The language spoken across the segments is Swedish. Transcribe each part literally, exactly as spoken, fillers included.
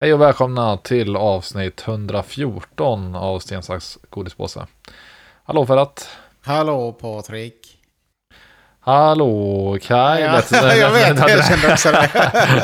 Hej och välkomna till avsnitt hundrafjorton av Sten, sax, godispåse. Hallå Ferrat. Hallå Patrik. Hallå Kaj. Ja, ja, jag vet, jag kände också det.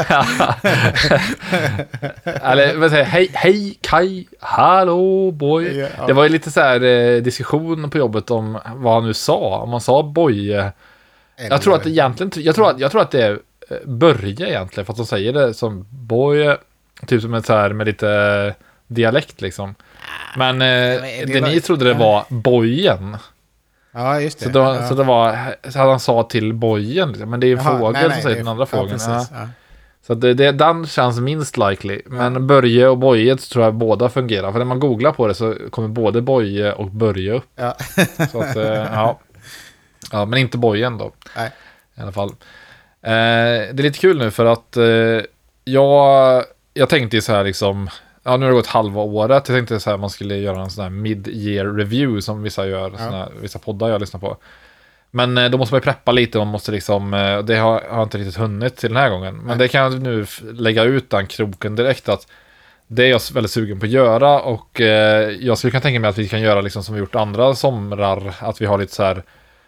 Eller vad säger hej, hej Kaj. Hallå boy. Ja, ja. Det var ju lite så här eh, diskussion på jobbet om vad han nu sa. Om man sa boy. Jag tror att det egentligen jag tror att jag tror att det är Börje egentligen, för att de säger det som boy, typ som ett så här med lite dialekt liksom. Men eh, det, det ni trodde det var bojen. Ja, just det. Så, då, ja. så det var så han sa till bojen liksom. Men det är en Jaha, fågel nej, nej, som säger det- den andra ja, fågeln. precis, Ja. ja. Så det, det, den känns minst likely. Men Börje och Boje tror jag båda fungerar. För när man googlar på det så kommer både Boje och Börje upp. Ja. Så att, eh, ja. Ja, men inte Bojen då. Nej. I alla fall. Eh, det är lite kul nu för att eh, jag, jag tänkte ju så här liksom, ja nu har det gått halva året. Jag tänkte så här man skulle göra en sån här mid-year review som vissa gör, Ja. såna här, vissa poddar jag lyssnar på. Men eh, då måste man ju preppa lite, man måste liksom, eh, det har jag inte riktigt hunnit till den här gången. Men Nej. det kan jag nu f- lägga ut den kroken direkt att det är jag väldigt sugen på att göra och eh, jag skulle kunna tänka mig att vi kan göra liksom som vi gjort andra somrar, att vi har lite så här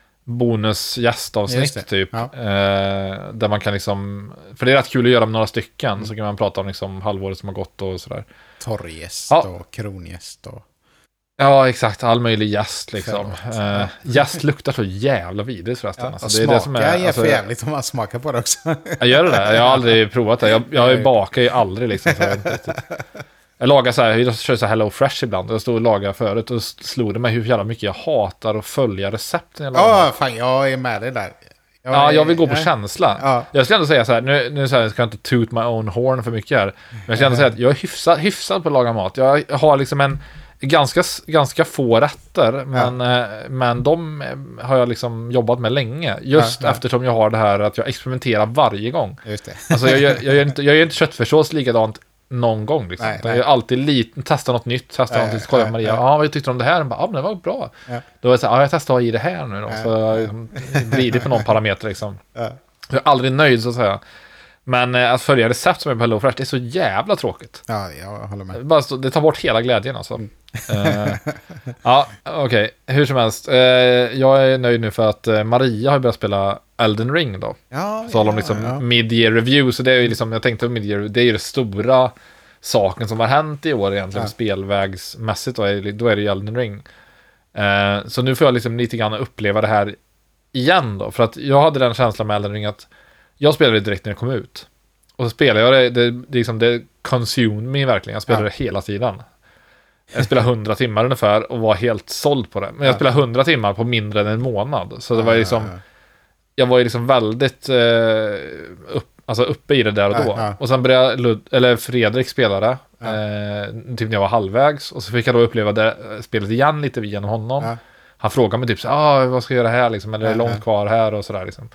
bonus Just gästavsnitt det, typ, ja. eh, där man kan liksom, för det är rätt kul att göra med några stycken, mm. så kan man prata om liksom halvåret som har gått och sådär. Torrgäst Ja. och krongäst och... Ja, exakt, all möjlig gäst liksom. Förlåt. Eh, gäst luktar så jävla vidrigt förresten. Ja, Alltså, och det är det smaka som är, är alltså, för jävligt om man smakar på det också. jag gör det där, jag har aldrig provat det. Jag, jag bakar ju aldrig liksom, så jag vet inte riktigt. Jag lagar så här, jag kör så här Hello Fresh ibland. Jag stod och lagade förut och slog det mig hur jävla mycket jag hatar att följa recepten. Jag lagar. Ja, fan, jag är med dig där. Jag Ja, är- jag vill gå på ja. känsla. Ja. Jag skulle ändå säga så här, nu, nu så här, ska jag inte toot my own horn för mycket här. Men jag skulle ändå säga att jag är hyfsad, hyfsad på att laga mat. Jag har liksom en ganska, ganska få rätter, men, eh, men de eh, har jag liksom jobbat med länge. Just Ja, ja. eftersom jag har det här att jag experimenterar varje gång. Just det. Alltså jag gör, jag gör, inte, jag gör inte köttfärssås likadant någon gång liksom. Nej, Jag nej. gör alltid lite, testa något nytt, testa Ja, något, skoja ja, med Maria. ja. Ja, vad tyckte du om det här? Och bara, ja, men det var bra. Ja. Då var jag så här, ja, jag testar i det här nu då. Ja, Så jag har liksom glidit på någon parameter liksom. Ja. Jag är aldrig nöjd så att säga. Men eh, att följa recept som är på Hello Fresh, det är så jävla tråkigt. Ja, jag håller med. Det, bara stå, det tar bort hela glädjen alltså. Mm. Eh, ja, okej. Okay. Hur som helst. Eh, jag är nöjd nu för att eh, Maria har börjat spela Elden Ring då. Ja, Så har de ja, liksom ja. mid-year review. Så det är ju liksom, jag tänkte på mid-year, det är ju det stora saken som har hänt i år egentligen. Ja. Spelvägsmässigt då är, då är det ju Elden Ring. Eh, så nu får jag liksom lite grann uppleva det här igen då. För att jag hade den känslan med Elden Ring att jag spelade det direkt när det kom ut. Och så spelade jag det, det, det, liksom, det consumed me verkligen. Jag spelade Ja. det hela tiden. Jag spelade hundra timmar ungefär och var helt såld på det. Men jag Ja. spelade hundra timmar på mindre än en månad. Så det var ju liksom, Ja, jag var ju liksom väldigt eh, upp, alltså uppe i det där och då. Ja, ja. Och sen började Lud, eller Fredrik spela det. Ja. Eh, typ när jag var halvvägs. Och så fick jag då uppleva det, spelet igen lite genom honom. Ja. Han frågade mig typ så ah, vad ska jag göra här liksom? Eller är det Ja, långt ja. kvar här och sådär liksom.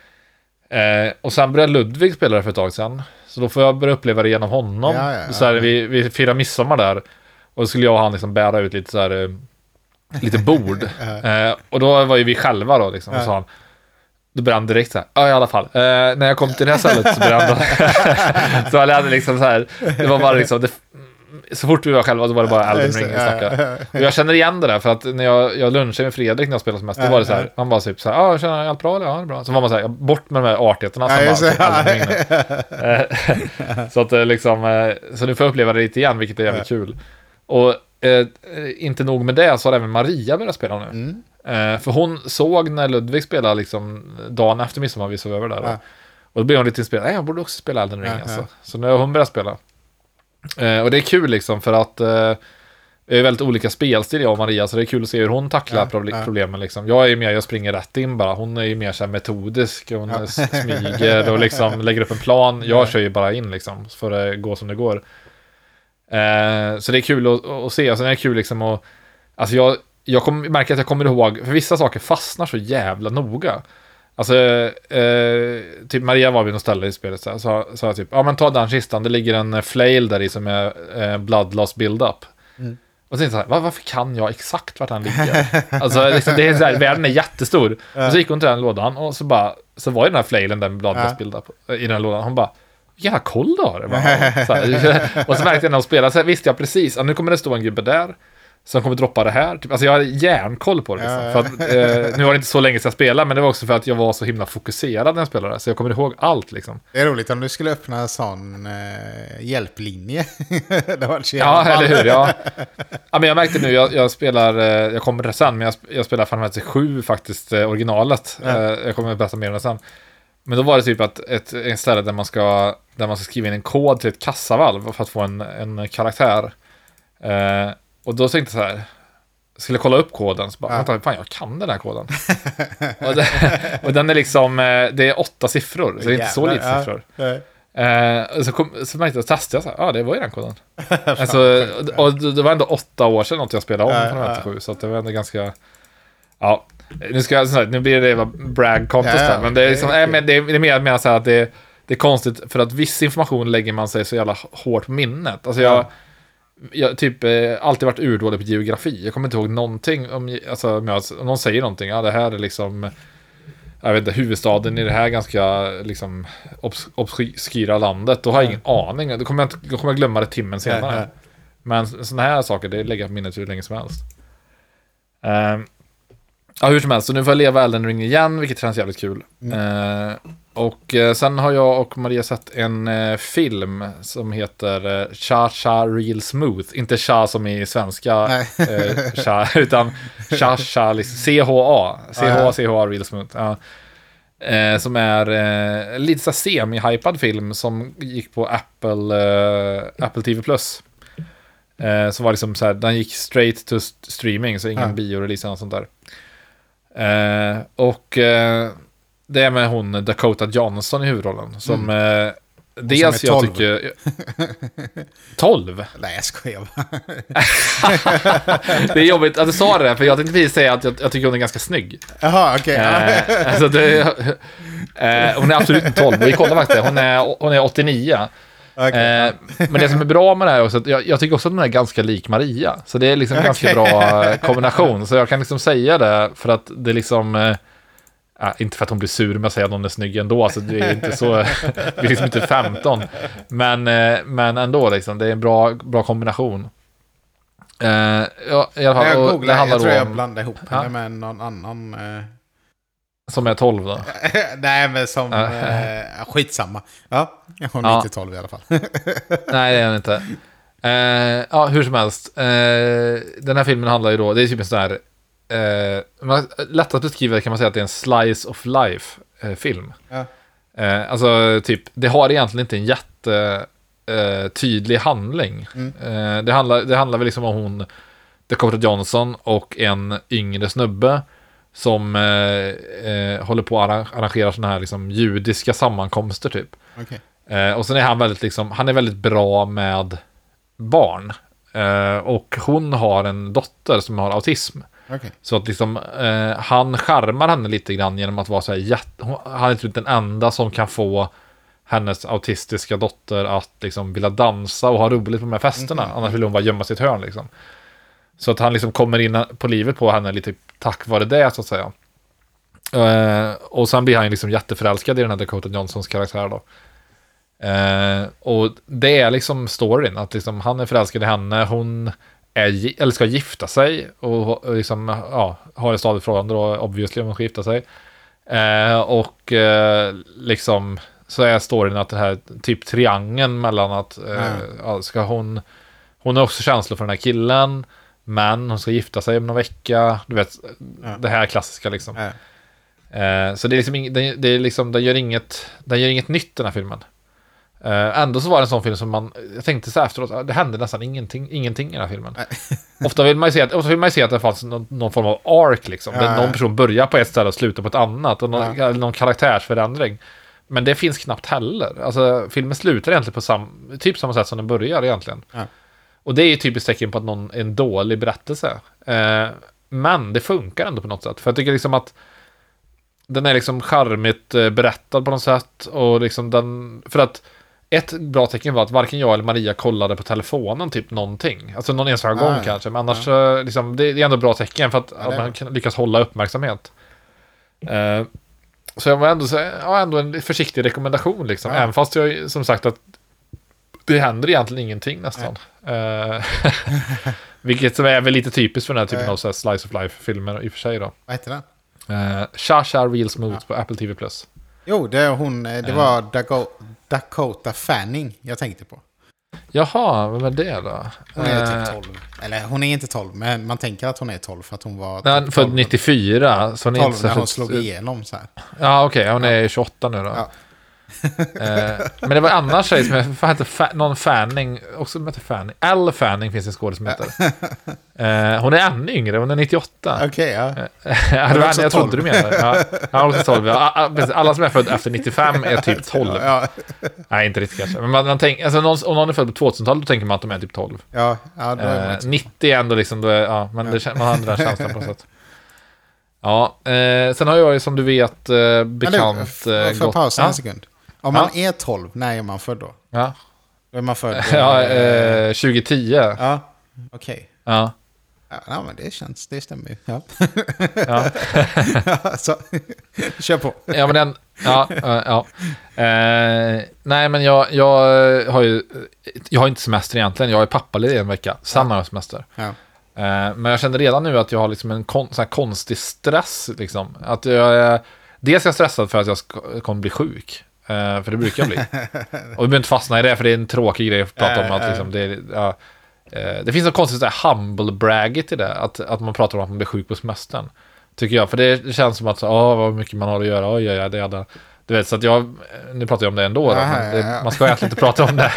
Eh, och sen började Ludvig spela det för ett tag sedan. Så då får jag börja uppleva det genom honom. Ja, ja, ja. Så här, vi, vi firar midsommar där. Och då skulle jag och han liksom bära ut lite så här, eh, lite bord. eh, och då var ju vi själva då liksom. Och så han, då började han direkt så här, ja i alla fall. Eh, när jag kom till det här stället så började han så han hade liksom så här, det var bara liksom, det, så fort vi var själva så var det bara Elden just det, Ring vi ja, snackade. Och jag känner igen det där, för att när jag, jag lunchade med Fredrik när jag spelade som mest, då var det så här, han bara typ så här, ja jag känner allt bra eller? Ja det är bra. Så var man så här, bort med de här artigheterna som Ja, bara, just det. typ, Elden Ring nu. Eh, så att eh, liksom, eh, så nu får jag uppleva det lite igen, vilket är jävligt kul. Och eh, inte nog med det så har även Maria börjat spela nu. Mm. Eh, för hon såg när Ludvig spelade liksom dagen efter midsommar vi sov över där. Då. Ja. Och då blev hon lite inspirerad. Nej, jag borde också spela Elden Ring Ja, alltså. ja. Så nu har hon börjat spela. Eh, och det är kul liksom för att eh, det är väldigt olika spelstil jag och Maria, så det är kul att se hur hon tacklar Ja, proble- ja. problemen liksom. Jag är ju mer, jag springer rätt in bara. Hon är ju mer så här metodisk. Hon Ja. smyger och liksom lägger upp en plan. Jag Ja. kör ju bara in liksom för det går som det går. Eh, så det är kul att, att se. Och sen är det kul liksom att, alltså jag, jag kom, märker att jag kommer ihåg, för vissa saker fastnar så jävla noga. Alltså, eh, typ Maria var vid något ställe i spelet så sa så jag typ, ja men ta den kistan, det ligger en flail där i som är eh, bloodloss build-up. Mm. Och så tänkte jag så här, Va, varför kan jag exakt vart han ligger? Alltså liksom, det är så här, världen är jättestor. Ja. Och så gick hon till den lådan och så bara, så var ju den här flailen där med bloodloss Ja. build-up i den här lådan. Hon bara, jävla koll du har. Bara, så här, och så märkte jag när de spelade, så här, visste jag precis att nu kommer det stå en gubbe där som kommer droppa det här. Typ, alltså jag hade järnkoll på det. Liksom. Ja. För att, eh, nu var det inte så länge sedan jag spelade, men det var också för att jag var så himla fokuserad när jag spelade. Så jag kommer ihåg allt liksom. Det är roligt om du skulle öppna en sån eh, hjälplinje. Det var Ja, eller hur? Ja. Ja, men jag märkte nu, jag, jag spelar, eh, jag kommer det sen, men jag, jag spelar Final Fantasy sju faktiskt, eh, originalet. Ja. Eh, jag kommer att berätta mer om det sen. Men då var det typ att ett, ett ställe där man, ska, där man ska skriva in en kod till ett kassavalv för att få en, en karaktär. Eh, och då tänkte jag så här, skulle kolla upp koden, så bara, Ja. vänta, fan jag kan den här koden. och, det, och den är liksom, eh, det är åtta siffror, så det är inte så lite Jävlar, siffror. ja. Eh, och så, kom, så märkte jag, och testade jag så här, ja ah, det var ju den koden. Alltså, och, och det var ändå åtta år sedan något jag spelade om Ja, från ja. femtiosju, så att det var ändå ganska, ja, nu ska jag, så här, nu blir det brag contest Ja, ja, här, men det är, liksom, det är nej, men det är, det är mer, mer så här att det, det är konstigt, för att viss information lägger man sig så jävla hårt på minnet. Alltså jag, Ja. jag typ eh, alltid varit urdålig på geografi. Jag kommer inte ihåg någonting om, alltså, om, jag, om någon säger någonting, ja det här är liksom, jag vet inte, huvudstaden i det här ganska liksom obs- obskyra landet, då har jag ingen aning. Då kommer jag, inte, då kommer jag glömma det timmen senare. Ja, ja. Men sådana här saker, det lägger jag på minnet hur länge som helst. Um, ja, hur som helst, så nu får jag leva Elden Ring igen, vilket känns jävligt kul. Mm. Uh, och uh, sen har jag och Maria sett en uh, film som heter uh, Cha Cha Real Smooth. Inte Cha som i svenska uh, Cha, utan Cha Cha, liksom, C H A. C H A, C H A Real Smooth. Ja. Uh, som är uh, lite så semi-hypad film som gick på Apple, uh, Apple T V Plus. Uh, som var liksom så här, den gick straight to st- streaming, så ingen Ja. biorelease och sånt där. Uh, och uh, det är med hon Dakota Johnson i huvudrollen som mm. eh, dels är jag tolv. tycker tolv. Nej, jag skojar bara. Det är jobbigt att du sa det, för jag tänkte precis säga att jag, jag tycker hon är ganska snygg. Jaha, okej. Eh, alltså det, eh, hon är absolut inte tolv. Vi kollar faktiskt. Hon är, hon är åttionio. Okay. Eh, men det som är bra med det här är också att jag, jag tycker också att hon är ganska lik Maria. Så det är liksom en ganska Okay. bra kombination. Så jag kan liksom säga det för att det liksom... Eh, Äh, inte för att hon blir sur med att säga att hon är snygg ändå, alltså det är inte så, vi är liksom inte femton, men, eh, men ändå liksom, det är en bra, bra kombination. Eh, ja, i alla fall, Jag och googlar, det handlar jag tror då jag om, blandar ihop Ja. henne med någon annan. Eh... som är tolv då. Nej, men som... Ja. eh, skitsamma. Ja, hon är Ja. inte tolv i alla fall. Nej, det är den inte. Eh, ja, hur som helst. Eh, den här filmen handlar ju då, det är typ en sån här, eh, man, lätt att beskriva kan man säga att det är en slice of life eh, film. Ja. Eh, alltså typ, det har egentligen inte en jätte eh, tydlig handling. Mm. Eh, det, handlar, det handlar väl liksom om hon Dakota Johnson och en yngre snubbe som eh, eh, håller på att arra- arrangera såna här liksom judiska sammankomster typ. Okej. Eh, och sen är han väldigt liksom, han är väldigt bra med barn. Eh, och hon har en dotter som har autism. Okej. Så att liksom, eh, han charmar henne lite grann genom att vara så här jätte, hon- han är typ den enda som kan få hennes autistiska dotter att liksom vilja dansa och ha roligt på de här festerna. Mhm. Annars vill hon bara gömma sitt hörn liksom. Så att han liksom kommer in på livet på henne lite tack vare det, så att säga. Eh, och sen blir han liksom jätteförälskad i den här Dakota Johnsons karaktär då. Eh, och det är liksom storyn, att liksom han är förälskad i henne, hon är, gi- eller ska gifta sig och, och liksom, ja, har ett stadigt förhållande då, obviously, om hon ska gifta sig. Eh, och eh, liksom så är storyn att det här typ triangeln mellan att eh, Mm. ja, ska hon hon har också känslor för den här killen, men hon ska gifta sig om någon vecka, du vet, Ja. det här klassiska liksom. Ja. Eh, så det är liksom, ing- det, det är liksom, den gör inget, den gör inget nytt, den här filmen. Eh, ändå så var det en sån film som man, jag tänkte så här efteråt, det hände nästan ingenting, ingenting i den här filmen. Ofta vill man ju se att, ofta vill man ju se att det fanns någon, någon form av arc liksom, Ja, där ja. någon person börjar på ett ställe och slutar på ett annat, och någon, eller någon karaktärsförändring. Men det finns knappt heller. Alltså filmen slutar egentligen på sam, typ samma sätt som den börjar egentligen. Ja. Och det är ju typiskt tecken på att någon är en dålig berättelse. Eh, men det funkar ändå på något sätt. För jag tycker liksom att den är liksom charmigt eh, berättad på något sätt. Och liksom den, för att ett bra tecken var att varken jag eller Maria kollade på telefonen typ någonting. Alltså någon enstaka gång Nej. kanske. Men annars eh, liksom, det, det är ändå bra tecken för att, Ja, att det- man kan lyckas hålla uppmärksamhet. Eh, så jag var ändå, så, ja, ändå en försiktig rekommendation liksom. Ja. Även fast jag som sagt att det händer egentligen ingenting nästan. Uh, vilket är väl lite typiskt för den här typen uh. av så här, slice of life-filmer i och för sig då. Vad heter den? Uh, Cha-Cha Real Smooth ja. På Apple T V plus. Jo, det, är hon, det var Dago- Dakota Fanning jag tänkte på. Jaha, vem är det då? Hon är typ tolv. Eller hon är inte tolv, men man tänker att hon är tolv för att hon var... Nej, född nittiofyra. Så hon är tolv inte när så hon slog igenom så här. Ja, okej. Okay, hon är ja. tjugoåtta nu då. Ja. eh, men det var en annan tjej som heter Fa- någon Fanning, också som heter Fanning. Elle Fanning finns en skådespelare som heter. eh, hon är ännu yngre, hon är nittioåtta. Okej, okay, ja. Eh, det var jag trodde du menade. Ja, ja, också tolv. Ja, alla som är född efter nittiofem är typ tolv. Ja. Nej, inte riktigt kanske. Men man, man tänker, alltså, någon, om någon är född på tvåtusentalet då tänker man att de är typ tolv. Ja, ja det är eh, nittio är ändå liksom, då är, ja, men det, man har den där känslan på något sätt. Ja, eh, sen har jag ju som du vet eh, bekant... Men du, för gått, pausa ja. en sekund. Om man ja. är tolv, när är man född då? Ja. Då är man född... ja, eh, tjugohundratio. Ja, okej. Okay. Ja. Ja, men det känns, det stämmer ju. Ja. Ja. ja, så, kör på. Ja, men den... Ja, ja. Eh, nej, men jag, jag har ju... Jag har inte semester egentligen. Jag är pappaledig en vecka. Samma ja. semester. Ja. Men jag känner redan nu att jag har liksom en kon, så här konstig stress liksom. Att jag är, dels är jag stressad för att jag ska, kommer bli sjuk. Uh, för det brukar jag bli. Och vi behöver inte fastna i det, för det är en tråkig grej att prata om. Att liksom, det, är, ja, uh, det finns något konstigt så här humble braggigt i det. Att, att man pratar om att man blir sjuk på semestern. Tycker jag. För det känns som att åh, vad mycket man har att göra. Oj, ja, ja, det är det. Du vet, så att jag, nu pratar jag om det ändå. Då, men det, man ska egentligen inte prata om det.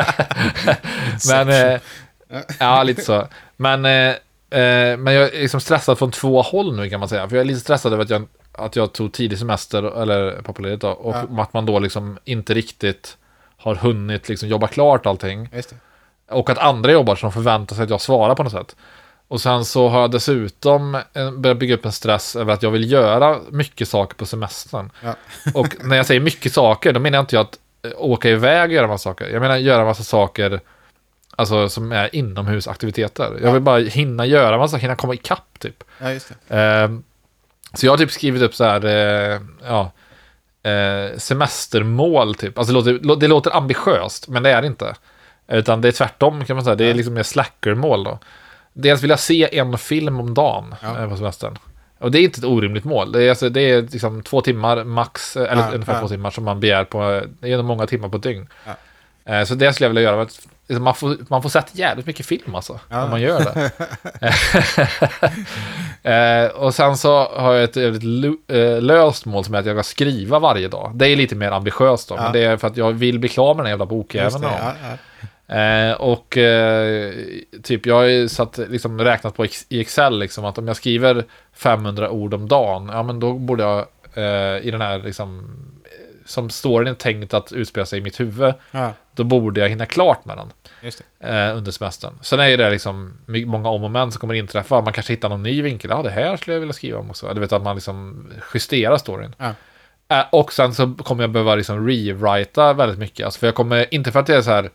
Men... Uh, ja, lite så. Men, eh, eh, men jag är liksom stressad från två håll nu kan man säga. För jag är lite stressad över att jag, att jag tog tidig semester, eller pappaledigt då, och ja. att man då liksom inte riktigt har hunnit liksom jobba klart allting. Just det. Och att andra jobbar som förväntar sig att jag svarar på något sätt. Och sen så har jag dessutom börjat bygga upp en stress över att jag vill göra mycket saker på semestern. Ja. Och när jag säger mycket saker, då menar jag inte att åka iväg och göra massa saker. Jag menar göra massa saker alltså som är inomhusaktiviteter. Jag vill bara hinna göra massa, hinna komma ikapp typ. Ja, just det. Uh, så jag har typ skrivit upp så här uh, ja, uh, semestermål typ. Alltså det låter, det låter ambitiöst, men det är det inte. Utan det är tvärtom kan man säga. Det är liksom mer slackermål då. Dels vill jag se en film om dagen ja. på semestern. Och det är inte ett orimligt mål. Det är, alltså, det är liksom två timmar max, eller ja, ungefär ja. två timmar som man begär på, det är många timmar på ett dygn. Ja. Uh, så det skulle jag vilja göra. Man får, man får sett jävligt mycket film alltså, ja. om man gör det. eh, och sen så har jag ett, ett löst mål som är att jag ska skriva varje dag. Det är lite mer ambitiöst då, ja. men det är för att jag vill bli klar med den här jävla bokäven. Ja, ja. eh, och eh, typ jag har ju satt, liksom, räknat på i Excel liksom, att om jag skriver femhundra ord om dagen, ja men då borde jag eh, i den här liksom, som storyn är tänkt att utspela sig i mitt huvud, ja. då borde jag hinna klart med den. Just det. Eh, under semestern. Sen är det liksom många om och men som kommer inträffa. Man kanske hittar någon ny vinkel. Ja, det här skulle jag vilja skriva om också. Du vet att man liksom justerar storyn. Ja. Eh, och sen så kommer jag behöva liksom rewrita väldigt mycket. Alltså för jag kommer, inte för att det är så här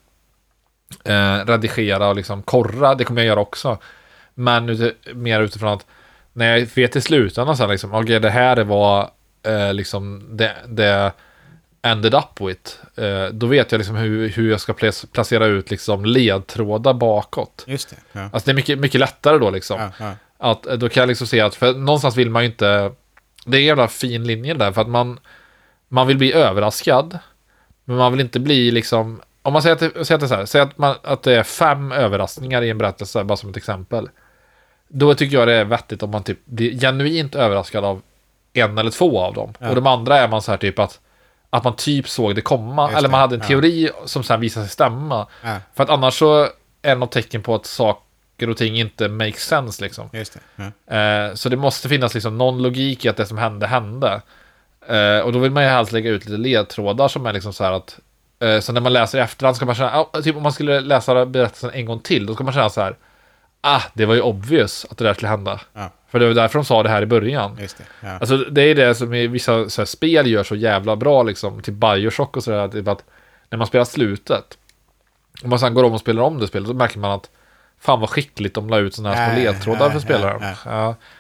eh, redigera och liksom korra, det kommer jag göra också. Men ut, mer utifrån att när jag vet i slutändan så här, liksom, okej, okay, det här är vad eh, liksom det, det ended up with, eh, då vet jag liksom hur, hur jag ska placera ut liksom ledtrådar bakåt. Just det. Ja. Alltså det är mycket, mycket lättare då liksom. Ja, ja. Att då kan jag liksom se att, för någonstans vill man ju inte, det är en jävla fin linje där, för att man man vill bli överraskad, men man vill inte bli liksom, om man säger att det, säger att det, så här, säger att, man, att det är fem överraskningar i en berättelse, bara som ett exempel, då tycker jag det är vettigt om man typ blir genuint överraskad av en eller två av dem. Ja. Och de andra är man så här typ att att man typ såg det komma, Just eller man det, hade en teori ja. som sen visade sig stämma. Ja. För att annars så är det något tecken på att saker och ting inte make sense liksom. Just det. Ja. Eh, så det måste finnas liksom någon logik i att det som hände hände. Eh, och då vill man ju helst lägga ut lite ledtrådar som är liksom så här att eh, så när man läser i efterhand ska man känna, ah, typ om man skulle läsa berättelsen en gång till, då ska man känna så här, ah, det var ju obvious att det där skulle hända. Ja. För det var därför de sa det här i början. Just det, ja. Alltså det är det som i vissa så här, spel gör så jävla bra liksom, till Bioshock och sådär, typ att när man spelar slutet, om man sen går om och spelar om det spelet, så märker man att fan vad skickligt de la ut sådana här små ledtrådar för spelaren. Ja, ja.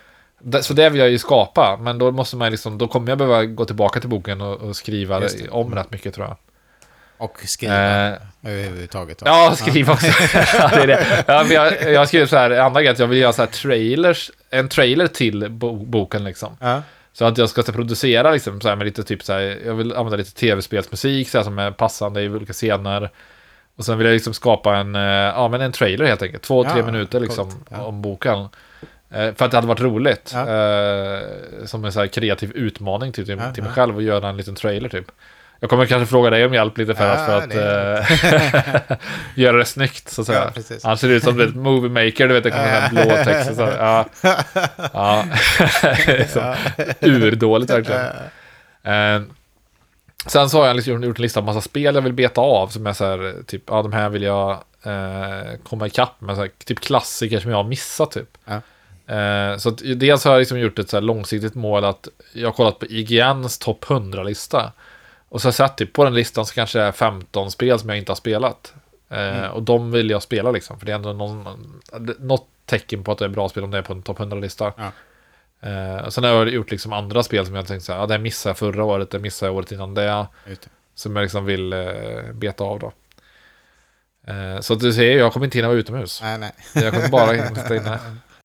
Det, så det vill jag ju skapa, men då måste man liksom, då kommer jag behöva gå tillbaka till boken och, och skriva det, om mm. rätt mycket, tror jag. Och skriva eh, överhuvudtaget. Då. Ja, skriva också. Ja, det är det. Ja, jag, jag har skrivit så här, andra grejer, jag vill göra så här trailers, en trailer till bo- boken liksom. Ja. Så att jag ska producera liksom, så här, med lite typ så här, jag vill använda lite tv-spelsmusik så här, som är passande i olika scener. Och sen vill jag liksom skapa en, ja, men en trailer helt enkelt. Två, tre ja, minuter liksom, ja. om boken. Eh, för att det hade varit roligt. Ja. Eh, som en så här kreativ utmaning typ, till, ja, till mig ja. själv att göra en liten trailer typ. Jag kommer kanske fråga dig om hjälp lite för, ja, att, för att äh, göra det snyggt, så att säga. Ja, han ser ut som ett movie maker, du vet, det kommer en blå text och så. Ja. Ja. Så, urdåligt verkligen. Eh, sen så har jag liksom gjort en lista av massa spel jag vill beta av, som är så här, typ, ja, de här vill jag eh, komma ikapp med, så här, typ klassiker som jag har missat typ. Ja. Eh, så att, dels har jag liksom gjort ett så här långsiktigt mål att jag har kollat på I G N:s topp hundra-lista. Och så har jag sett typ, på den listan så kanske det är femton spel som jag inte har spelat. Eh, mm. Och de vill jag spela liksom. För det är ändå någon, något tecken på att det är bra spel om det är på en topp hundra-lista. Ja. Eh, sen har jag gjort liksom andra spel som jag tänkte så här, ja, det missade jag förra året, det missade jag året innan det. Ute. Som jag liksom vill eh, beta av då. Eh, så att du ser, jag kommer inte hinna vara utomhus. Nej, nej. Jag kommer bara hinna sitta inne.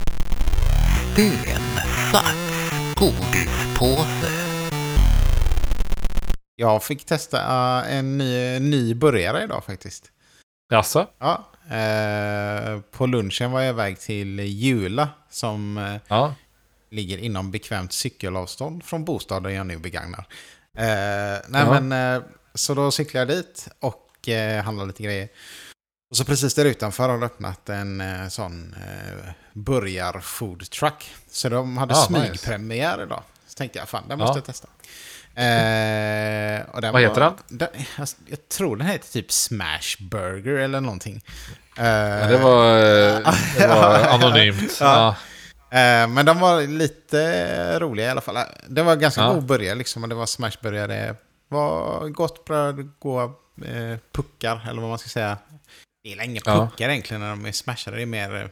Jag fick testa uh, en ny, ny burgare idag faktiskt. Jaså? Ja. Uh, på lunchen var jag iväg till Jula som uh, ja. ligger inom bekvämt cykelavstånd från bostaden jag nu begagnar. Uh, nej, ja. men, uh, så då cyklade jag dit och uh, handlade lite grejer. Och så precis där utanför har de öppnat en uh, sån uh, burgar food truck. Så de hade ah, smygpremiär nice. idag. Så tänkte jag, fan, det måste ja. jag testa. Eh, och Vad heter var, den? den jag, jag tror den heter typ Smash Burger eller någonting. Eh, ja, det var, det var anonymt. Ja. Ja. Eh, men de var lite roliga i alla fall. Det var ganska ja. god burgare liksom. Och det var smashburgare. Det var gott bröd, goda eh, puckar eller vad man ska säga. Det är inga puckar ja. egentligen när de är smashade. Det är mer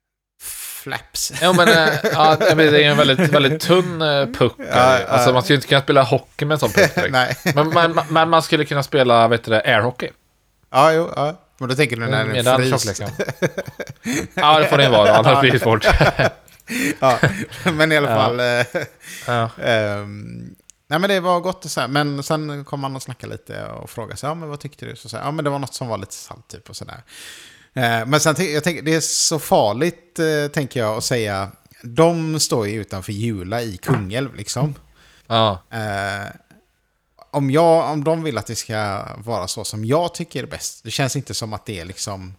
flaps. Ja, men, äh, ja, det är en väldigt, väldigt tunn äh, puck. Ja, äh, alltså man skulle inte kunna spela hockey med en sån puck. Nej. Men, men, men man skulle kunna spela, vet du det, airhockey. Ja, jo, ja. Men då tänker du när den är fryst. Ja, det får det vara. Annars blir det svårt. Ja, men i alla fall. Ja. Ja. Ähm, nej, men det var gott och så här. Men sen kom man och snackade lite och frågade sig, ja, men vad tyckte du? Så, så här, ja, men det var något som var lite salt typ och sådär. Men sen jag tänker, det är så farligt, tänker jag, att säga. De står ju utanför Jula i Kungälv, liksom. Ja. Eh, om, jag, om de vill att det ska vara så som jag tycker är bäst. Det känns inte som att det är liksom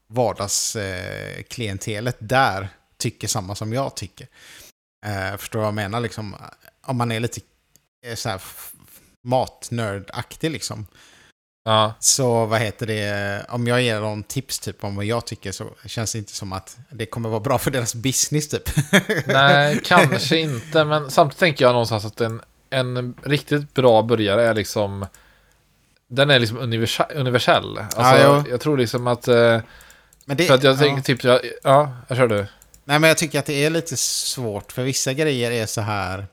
vardagsklientelet eh, där tycker samma som jag tycker. Eh, förstår du vad jag menar? Liksom, om man är lite eh, så här matnördaktig, liksom. Ja. Så vad heter det, om jag ger dem tips typ om vad jag tycker, så känns det inte som att det kommer vara bra för deras business typ. Nej, kanske inte, men samtidigt tänker jag någonstans att en, en riktigt bra burgare är liksom, den är liksom universell. Alltså, ja, jag tror liksom att eh, men det, för att jag ja. tänker typ, ja, ja, jag kör du. Nej, men jag tycker att det är lite svårt, för vissa grejer är så här.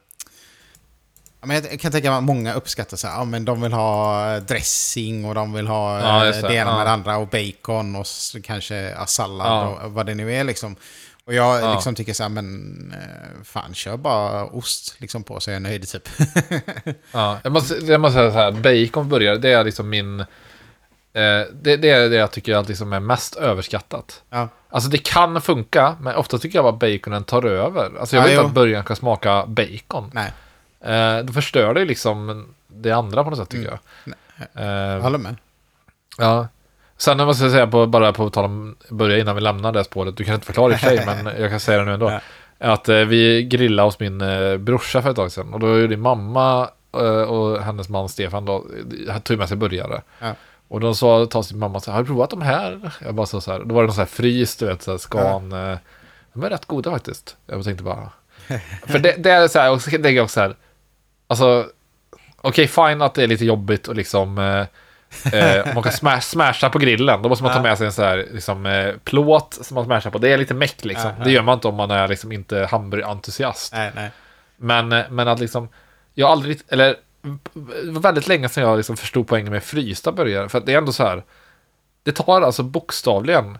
Men jag kan tänka mig att många uppskattar så här, ja, men de vill ha dressing och de vill ha ja, det, det ena ja. med det andra och bacon och kanske ja, sallad ja. och vad det nu är liksom. Och jag ja. liksom tycker så här, men fan, kör bara ost liksom på så jag är nöjd typ. Ja, jag måste, jag måste säga så här, bacon börjar, det är liksom min eh, det, det är det jag tycker att liksom är mest överskattat. Ja. Alltså det kan funka, men ofta tycker jag att baconen tar över. Alltså jag vill ja, inte att början kan smaka bacon. Nej. Eh, då förstör det liksom det andra på något sätt, tycker mm. jag. Jag håller med. Ja. Sen jag måste säga, på, bara på att tala om, börja innan vi lämnar det spåret. Du kan inte förklara i sig, men jag kan säga det nu ändå. Ja. Att eh, vi grillade hos min eh, brorsa för ett tag sedan. Och då gjorde mamma eh, och hennes man Stefan då, tog med sig burgare. Ja. Och då sa ta sin mamma så här, har du provat de här? Jag bara så, så här, då var det någon så här frys, du vet, så här, skan. Ja. Eh, de är rätt goda faktiskt. Jag tänkte bara. För det, det är så här, och det är också så här. Alltså, okej, okay, fine att det är lite jobbigt och liksom eh, Eh, om man kan smash, smasha på grillen, då måste man ta Ja. med sig en sån här liksom, eh, plåt som man smashar på. Det är lite meck liksom. Ja, ja. Det gör man inte om man är liksom inte hamburgerentusiast. Nej, nej. Men, eh, men att liksom, jag har aldrig, eller det var väldigt länge sedan jag liksom förstod poängen med frysta burgare. För att det är ändå så här, det tar alltså bokstavligen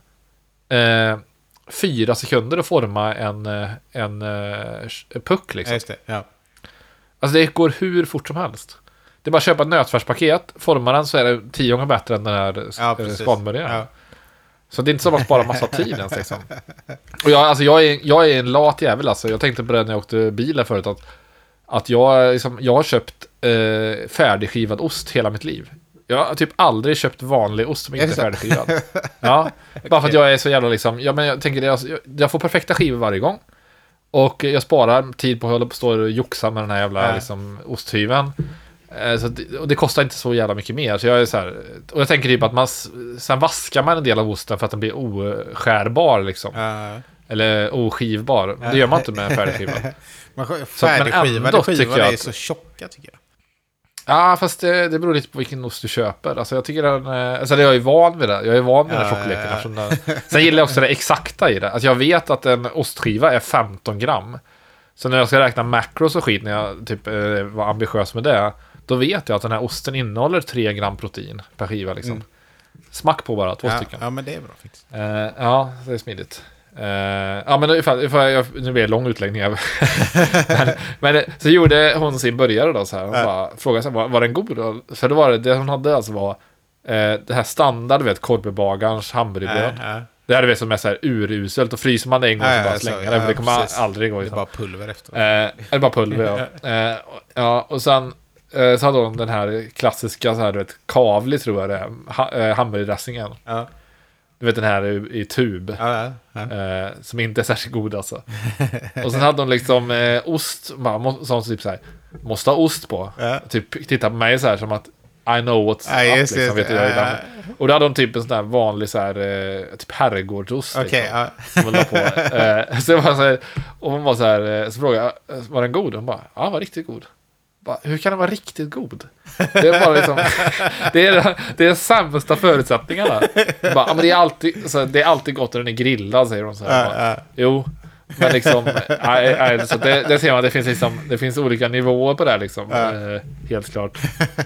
eh, fyra sekunder att forma en, eh, en eh, puck liksom. Ja, just det. Ja. Alltså det går hur fort som helst. Det är bara att köpa ett nötfärspaket, forma den så är det tio gånger bättre än den här Ja, eh, precis. spanburgaren. Ja. Så det är inte så att man sparar massa tid ens liksom. Och jag, alltså jag, är, jag är en lat jävel alltså. Jag tänkte på det när jag åkte bil här förut, att, att jag, liksom, jag har köpt eh, färdigskivad ost hela mitt liv. Jag har typ aldrig köpt vanlig ost som inte är färdigskivad. Ja, bara för att jag är så jävla liksom, ja, men jag tänker det, jag, jag får perfekta skivor varje gång. Och jag sparar tid på att hålla på stå och joxa med den här jävla Ja. liksom, osthyveln. Eh, Så det, och det kostar inte så jävla mycket mer. Så jag är så här, och jag tänker typ att man s- sen vaskar man en del av osten för att den blir oskärbar liksom. Ja. Eller oskivbar. Det gör man inte med en färdigskivad. Men men färdigskivade ändå skivor tycker jag är att- så tjocka tycker jag. Ja, fast det, det beror lite på vilken ost du köper. Alltså jag tycker den, eh, alltså jag är van vid det. Jag är van vid den Ja, här tjockleken. ja, ja. eftersom den- Sen gillar jag också det exakta i det. Alltså jag vet att en ostskiva är femton gram. Så när jag ska räkna macros och skit, när jag typ eh, var ambitiös med det, då vet jag att den här osten innehåller tre gram protein per skiva liksom. Mm. Smack på bara, två Ja, stycken. ja, men det är bra faktiskt. Eh, ja, det är smidigt. Eh, ja, men ifall, ifall jag, nu blir det lång utläggning här. men, men det- så gjorde hon sin burgare då så här. Hon Ja. bara frågade sig, var, var den god då? För det var det, det hon hade alltså var eh, det här standard, du vet, korvbagarens hamburgerbröd. Ja, ja. Det hade vi som är så här uruselt, och fryser man det en gång Ja, så bara ja, slänga så, det, för ja, det kommer precis. aldrig gå Det är liksom. bara pulver efter. Eh, eller bara pulver, ja. Eh, ja, och sen eh, så hade hon den här klassiska så här, du vet, kavli tror jag det är, ha, eh, hamburgerdressingen. Ja, Du vet den här i, i tub. ja, ja. Eh, som inte är särskilt god alltså. Och sen hade de liksom eh, ost, bara, må, som typ så här, måste ha ost på. Ja. Typ titta på mig så här som att I know what's Ja, up just det, liksom, just vet du, det. jag Ja, gillar. Och då hade de typ en sån där vanlig så här, eh, typ herrgårdsost. Okej, liksom, ja. som de la på. Eh, så, jag var så här, och hon var så här, eh, så frågade jag, var den god? Och hon bara, ja, var riktigt god. Bara, hur kan den vara riktigt god? Det är bara liksom, det är, det är de sämsta förutsättningarna. Bara, ja, men det är alltid, så det är alltid gott när den är grillad, säger hon så här. Bara, Ja, ja. jo, men liksom, nej, nej, så det, det ser man, det finns liksom, det finns olika nivåer på det här liksom, Ja. eh, helt klart.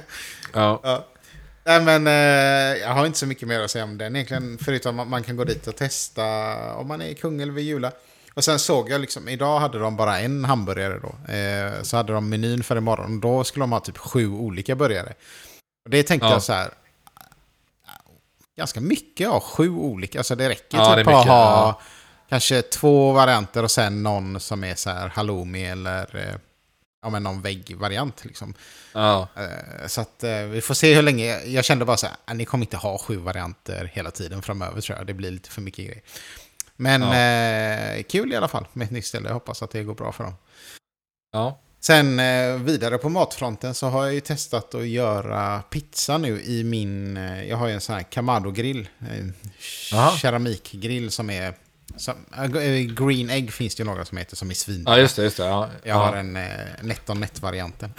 Ja. Ja. Nej, men eh, jag har inte så mycket mer att säga om den egentligen, förutom att man kan gå dit och testa om man är i Kungälv vid Jula. Och sen såg jag liksom, idag hade de bara en hamburgare då. Eh, så hade de menyn för imorgon. Då skulle de ha typ sju olika burgare. Och det tänkte Ja. jag så här, ganska mycket, ja, sju olika. Alltså det räcker Ja, typ det är att mycket, ha ja. kanske två varianter och sen någon som är så här halloumi eller eh, ja, men någon väggvariant liksom. Ja. Eh, Så att eh, vi får se hur länge. Jag kände bara så här, "Ah, ni kommer inte ha sju varianter hela tiden framöver tror jag. Det blir lite för mycket grejer. Men Ja. eh, kul i alla fall med ett nytt ställe. Jag hoppas att det går bra för dem. Ja. Sen eh, vidare på matfronten så har jag ju testat att göra pizza nu i min... Eh, jag har ju en sån här Kamado-grill. En Aha. keramikgrill som är... Som, äh, green egg finns det ju några som heter som är svin. Ja, just det, just det. Ja. Jag har Ja. en eh, net-on-net-varianten.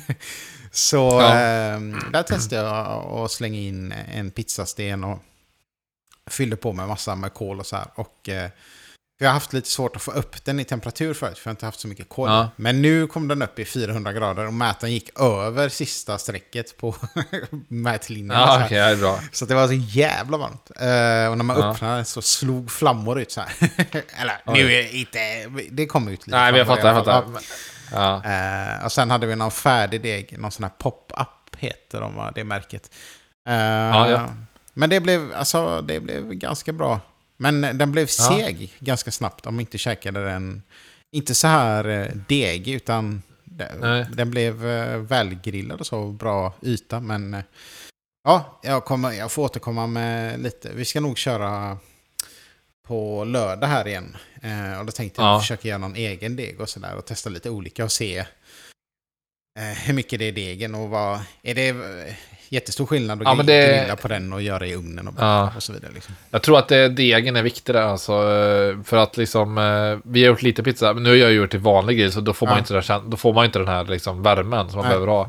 Så Ja. eh, där testade jag att slänga in en pizzasten och fyllde på med massa med kol och så här. Och eh, jag har haft lite svårt att få upp den i temperatur förut, för jag har inte haft så mycket kol. Ja. Men nu kom den upp i fyrahundra grader och mätaren gick över sista strecket på mätlinjen. Ja, så, okej, här. det är bra. Så det var så jävla varmt. Eh, och när man Ja. öppnade så slog flammor ut så här. Eller Oj. nu är det inte... Det kom ut lite Nej, men jag flammor i fattar, alla jag fall. fattar. Ja. Eh, och sen hade vi någon färdig deg, någon sån här pop-up heter de, va, det märket. Eh, ja. Men det blev, alltså, det blev ganska bra. Men den blev seg ganska snabbt om man inte käkade den. Inte så här eh, deg, utan den, Nej. den blev eh, välgrillad och så, bra yta. Men eh, ja, jag, kommer, jag får återkomma med lite. Vi ska nog köra på lördag här igen. Eh, och då tänkte jag Ja. försöka göra någon egen deg och sådär och testa lite olika och se eh, hur mycket det är degen och vad... Är det eh, jättestor skillnad att Ja, men det- grilla på den och göra i ugnen och, Ja. och så vidare liksom. Jag tror att det, degen är viktig där alltså, eh, för att liksom, eh, vi har gjort lite pizza, men nu har jag gjort till vanlig grill, så då får man Ja. inte den, här- då får man inte den här liksom värmen som man Nej. behöver ha.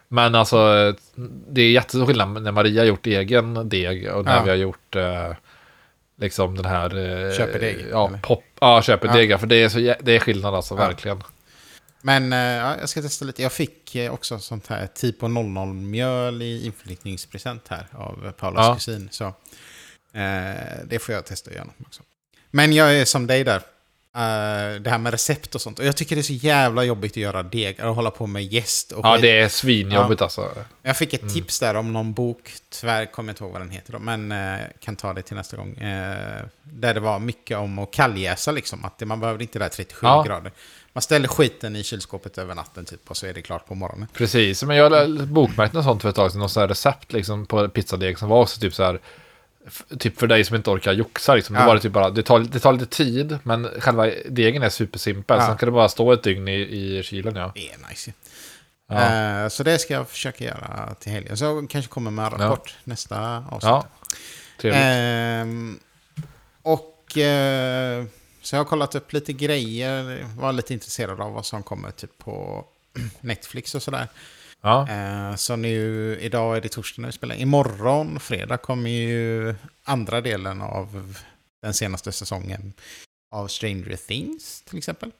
Men alltså, det är jättestor skillnad när Maria har gjort egen deg och när ja. vi har gjort eh, liksom den här... Eh, köpedeg. Ja, pop, ja köpedeg. Ja. För det är, så, det är skillnad alltså, ja. verkligen. Men ja, jag ska testa lite. Jag fick också sånt här typ noll noll-mjöl i inflyttningspresent här av Paulas ja. kusin. Så eh, det får jag testa igenom också. Men jag är som dig där. Uh, det här med recept och sånt. Och jag tycker det är så jävla jobbigt att göra deg och hålla på med gäst. Och ja, det är svinjobbigt ja. alltså. Jag fick ett mm. tips där om någon bok. Tyvärr kommer jag inte ihåg vad den heter då. Men uh, kan ta det till nästa gång. Uh, där det var mycket om att kalljäsa liksom. Att det, man behövde inte där trettiosju ja. grader. Man ställer skiten i kylskåpet över natten typ. Och så är det klart på morgonen. Precis, men jag bokmärkte något sånt för ett tag sedan. Något så här recept liksom på pizzadeg som var också typ så här. Typ för dig som inte orkar joxa liksom. Ja. Då var det typ bara, det tar, det tar lite tid, men själva degen är supersimpel. Ja. Sen kan det bara stå ett dygn i, i kylen. Ja. Det är nice. Ja. Uh, så det ska jag försöka göra till helgen. Så kanske kommer med en rapport ja. nästa avsnitt. Ja. Trevligt. Uh, och uh, så jag har kollat upp lite grejer. Var lite intresserad av vad som kommer typ på Netflix och sådär. Ja. Uh, så nu, idag är det torsdag när vi spelar. Imorgon, fredag, kommer ju andra delen av den senaste säsongen av Stranger Things till exempel.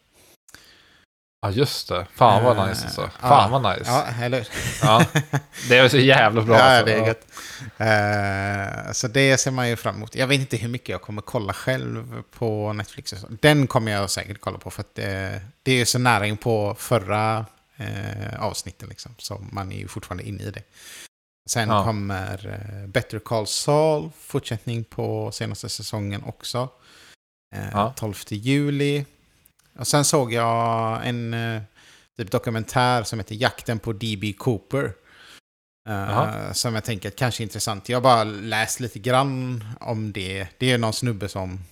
Ja, just det. Fan vad uh, nice alltså. Fan uh, vad nice. Ja, eller ja. Det är så jävla bra. Ja, alltså. det är gött. Uh, så det ser man ju fram emot. Jag vet inte hur mycket jag kommer kolla själv på Netflix. Den kommer jag säkert kolla på för att det, det är så nära in på förra Eh, avsnitten liksom. Så man är ju fortfarande inne i det. Sen ja. kommer eh, Better Call Saul, fortsättning på senaste säsongen också. Eh, ja. tolfte juli. Och sen såg jag en eh, typ dokumentär som heter Jakten på D B Cooper. Eh, som jag tänker att kanske är intressant. Jag har bara läst lite grann om det. Det är någon snubbe som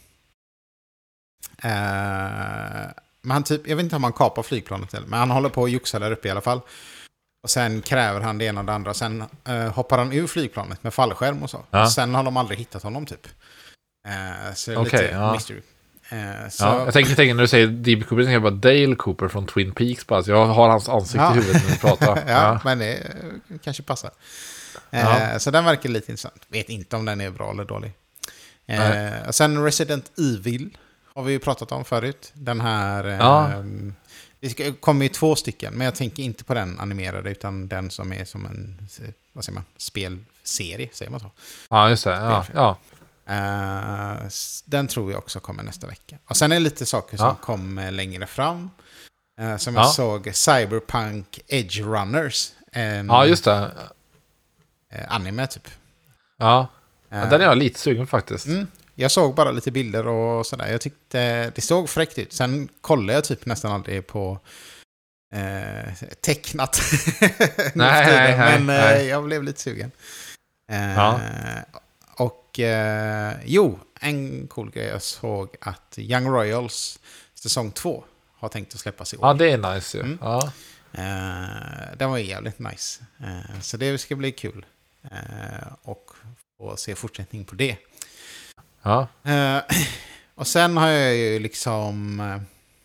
eh, men han typ, jag vet inte om han kapar flygplanet eller, men han håller på att joxa där uppe i alla fall. Och sen kräver han det ena och det andra. Sen uh, hoppar han ur flygplanet med fallskärm och så. Ja. Och sen har de aldrig hittat honom typ. Uh, så det är okay, lite ja. mystery. Uh, så... ja, jag tänker, tänker när du säger D B Cooper, jag bara Dale Cooper från Twin Peaks. Bara. Så jag har hans ansikte ja. i huvudet när vi pratar. ja, ja, men det uh, kanske passar. Uh, ja. Så den verkar lite intressant. Vet inte om den är bra eller dålig. Uh, och sen Resident Evil har vi ju pratat om förut. Den här... Ja. Eh, det kommer ju två stycken, men jag tänker inte på den animerade, utan den som är som en, vad säger man, spelserie, säger man så. Ja, just det. Ja, ja. Uh, den tror jag också kommer nästa vecka. Och sen är det lite saker som ja. kommer längre fram. Uh, som jag ja. såg Cyberpunk Edge Runners. En, ja, just det. Uh, anime, typ. Ja. ja, den är jag lite sugen faktiskt. Mm. Jag såg bara lite bilder och sådär. Jag tyckte det såg fräckt ut. Sen kollade jag typ nästan aldrig på eh, tecknat. nej, nej, Men nej. Eh, jag blev lite sugen. Eh, ja. Och eh, jo, en cool grej jag såg att Young Royals säsong två har tänkt att släppas i år. Ja, det är nice ju. Mm. Ja. Eh, den var jävligt nice. Eh, så det ska bli kul. Eh, och få se fortsättning på det. Ja. Uh, och sen har jag ju liksom... Uh,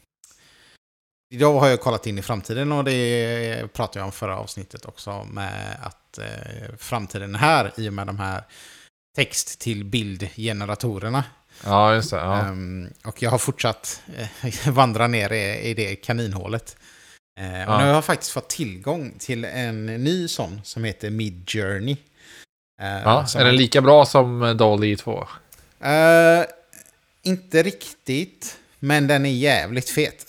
idag har jag kollat in i framtiden och det pratade jag om förra avsnittet också. Med att uh, framtiden är här i och med de här text till bildgeneratorerna. Ja, just det. Ja. Um, och jag har fortsatt uh, vandra ner i, i det kaninhålet. Uh, ja. Och nu har jag faktiskt fått tillgång till en ny sån som heter Midjourney. Uh, ja, är den lika bra som DALL-E två? Uh, inte riktigt, men den är jävligt fet.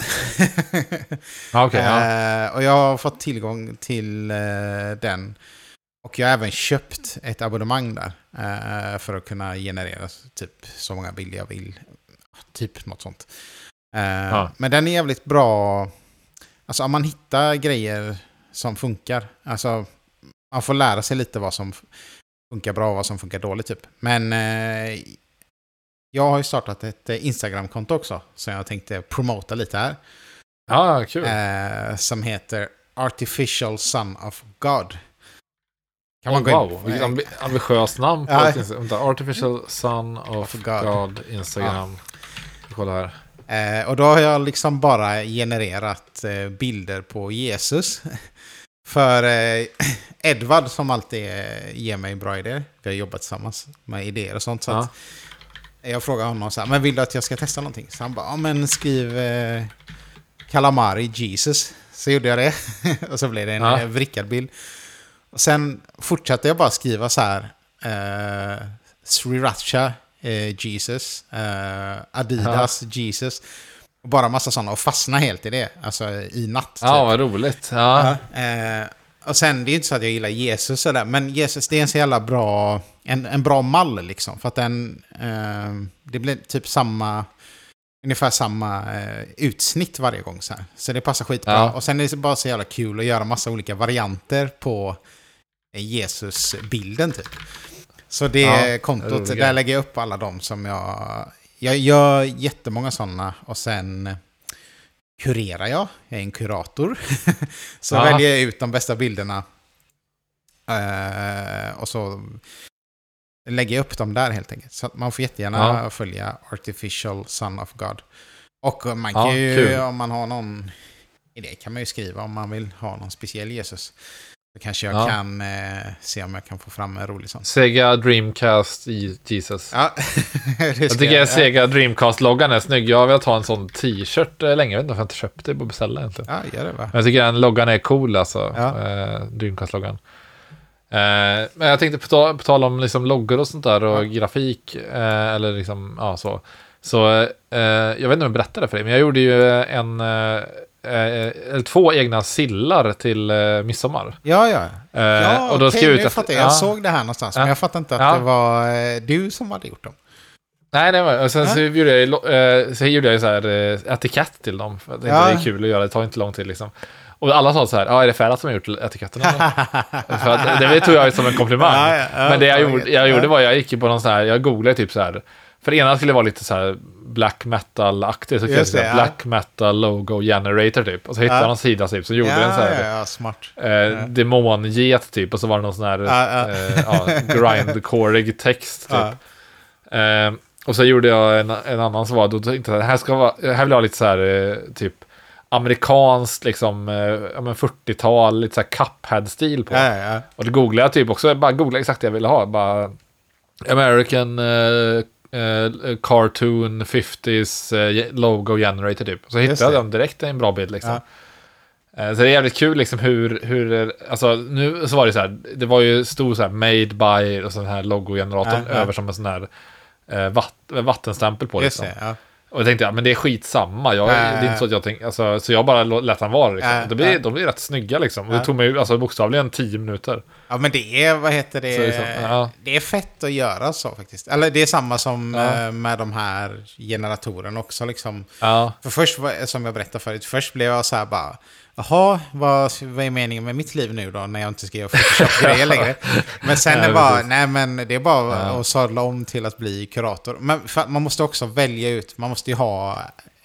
okay, ja. uh, och jag har fått tillgång till uh, den. Och jag har även köpt ett abonnemang där. Uh, för att kunna generera typ så många bilder jag vill. Typ något sånt. Uh, ja. Men den är jävligt bra. Alltså om man hittar grejer som funkar. Alltså man får lära sig lite vad som funkar bra och vad som funkar dåligt typ. Men... Uh, jag har ju startat ett Instagram-konto också som jag tänkte promota lite här. Ja, kul. Eh, som heter Artificial Son of God. Kan man oh, gå in? Wow, vilket amb- ambitiöst namn på ja. Artificial Son of God. God Instagram. Ja. Kolla här. Eh, och då har jag liksom bara genererat eh, bilder på Jesus. För eh, Edvard som alltid eh, ger mig bra idéer. Vi har jobbat tillsammans med idéer och sånt. Så ja. att jag frågar honom så här, men vill du att jag ska testa någonting? Så han bara, ja men skriv eh, Calamari Jesus. Så gjorde jag det. Och så blev det en ja. eh, vrickad bild. Och sen fortsatte jag bara skriva så här. Eh, Sriracha eh, Jesus. Eh, Adidas ja. Jesus. Och bara massa sådana. Och fastna helt i det. Alltså i natt. Ja, typ. Vad roligt. Ja. Ja, eh, och sen, det är inte så att jag gillar Jesus eller, men Jesus, det är en så jävla bra, en, en bra mall liksom. För att den, eh, det blir typ samma, ungefär samma eh, utsnitt varje gång så här. Så det passar skitbra. Ja. Och sen är det bara så jävla kul att göra massa olika varianter på Jesus-bilden typ. Så det ja, kontot, det där lägger jag upp alla de som jag, jag gör jättemånga sådana och sen kurerar jag. Jag är en kurator. Så ja. väljer jag ut de bästa bilderna. Uh, och så lägger jag upp dem där helt enkelt. Så att man får jättegärna ja. följa Artificial Son of God. Och man kan ja, ju, kul. om man har någon idé kan man ju skriva om man vill ha någon speciell Jesus. Då kanske jag ja. kan eh, se om jag kan få fram en rolig sån. Sega Dreamcast i Jesus. Ja. jag tycker jag, Sega Dreamcast-loggan är snygg. Jag vill ha en sån t-shirt eh, länge. Jag vet inte om jag inte köpt det på beställa egentligen. Ja, gör det va? Men jag tycker den loggan är cool alltså. Ja. Eh, Dreamcast-loggan. Eh, men jag tänkte på, ta, på tal om liksom loggor och sånt där och ja. grafik. Eh, eller liksom, ja så. Så eh, jag vet inte om jag berättade för dig. Men jag gjorde ju en... Eh, eller två egna sillar till uh, midsommar. Ja, ja. Uh, ja och då okej, ska jag, ut att, jag, jag ja. såg det här någonstans, ja. men jag fattade inte att ja. det var uh, du som hade gjort dem. Nej, det var, och sen ja. så gjorde jag, uh, så gjorde jag så här uh, etikett till dem. Jag tänkte ja. det är kul att göra, det tar inte lång tid liksom. Och alla sa så här, ja, är det Ferhat som har gjort etiketterna? För att, det tog jag som en komplimang. Ja, ja, ja, men det jag, ja, gjorde, jag ja. gjorde var, jag gick på någon sån här, jag googlade typ så här, för det ena skulle vara lite så här black metal-aktigt, så det, ja. black metal logo generator typ. Och så hittade jag ja. någon sida typ, så gjorde ja, en så här ja, ja, smart. Eh, ja. demonget typ, och så var det någon sån här ja, ja. Eh, ja, grindcorig text typ. Ja. Eh, och så gjorde jag en, en annan som var, då tänkte jag, det här ska vara, här vill jag ha lite så här eh, typ amerikanskt liksom eh, ja, men fyrtiotal, lite så här Cuphead-stil på. Ja, ja. Och då googlade jag typ också, bara googlade exakt det jag ville ha, bara American eh, Uh, cartoon fifties uh, logo generator typ. Så hittade jag dem direkt i en bra bild liksom. Ja. Uh, så det är jävligt kul liksom hur, hur alltså nu så var det så här, det var ju stor så här made by och sån här logogeneratorn ja, ja. över som en sån här uh, vatt, vattenstämpel på liksom. Det, ja. Och jag tänkte, ja, men det är skitsamma. Jag, äh, det är inte så att jag tänkte, alltså, så jag bara lät han vara liksom. Äh, de, blir, äh. de blir rätt snygga liksom. Och det tog mig alltså, bokstavligen tio minuter. Ja, men det är, vad heter det? Liksom, ja. Det är fett att göra så faktiskt. Eller det är samma som ja. med de här generatorerna också liksom. Ja. För först, som jag berättade förut, först blev jag så här bara, jaha, vad, vad är meningen med mitt liv nu då när jag inte ska göra Photoshop-grejer längre? Men sen är det bara, nej men det är bara ja. att sadla om till att bli kurator. Men för, man måste också välja ut, man måste ju ha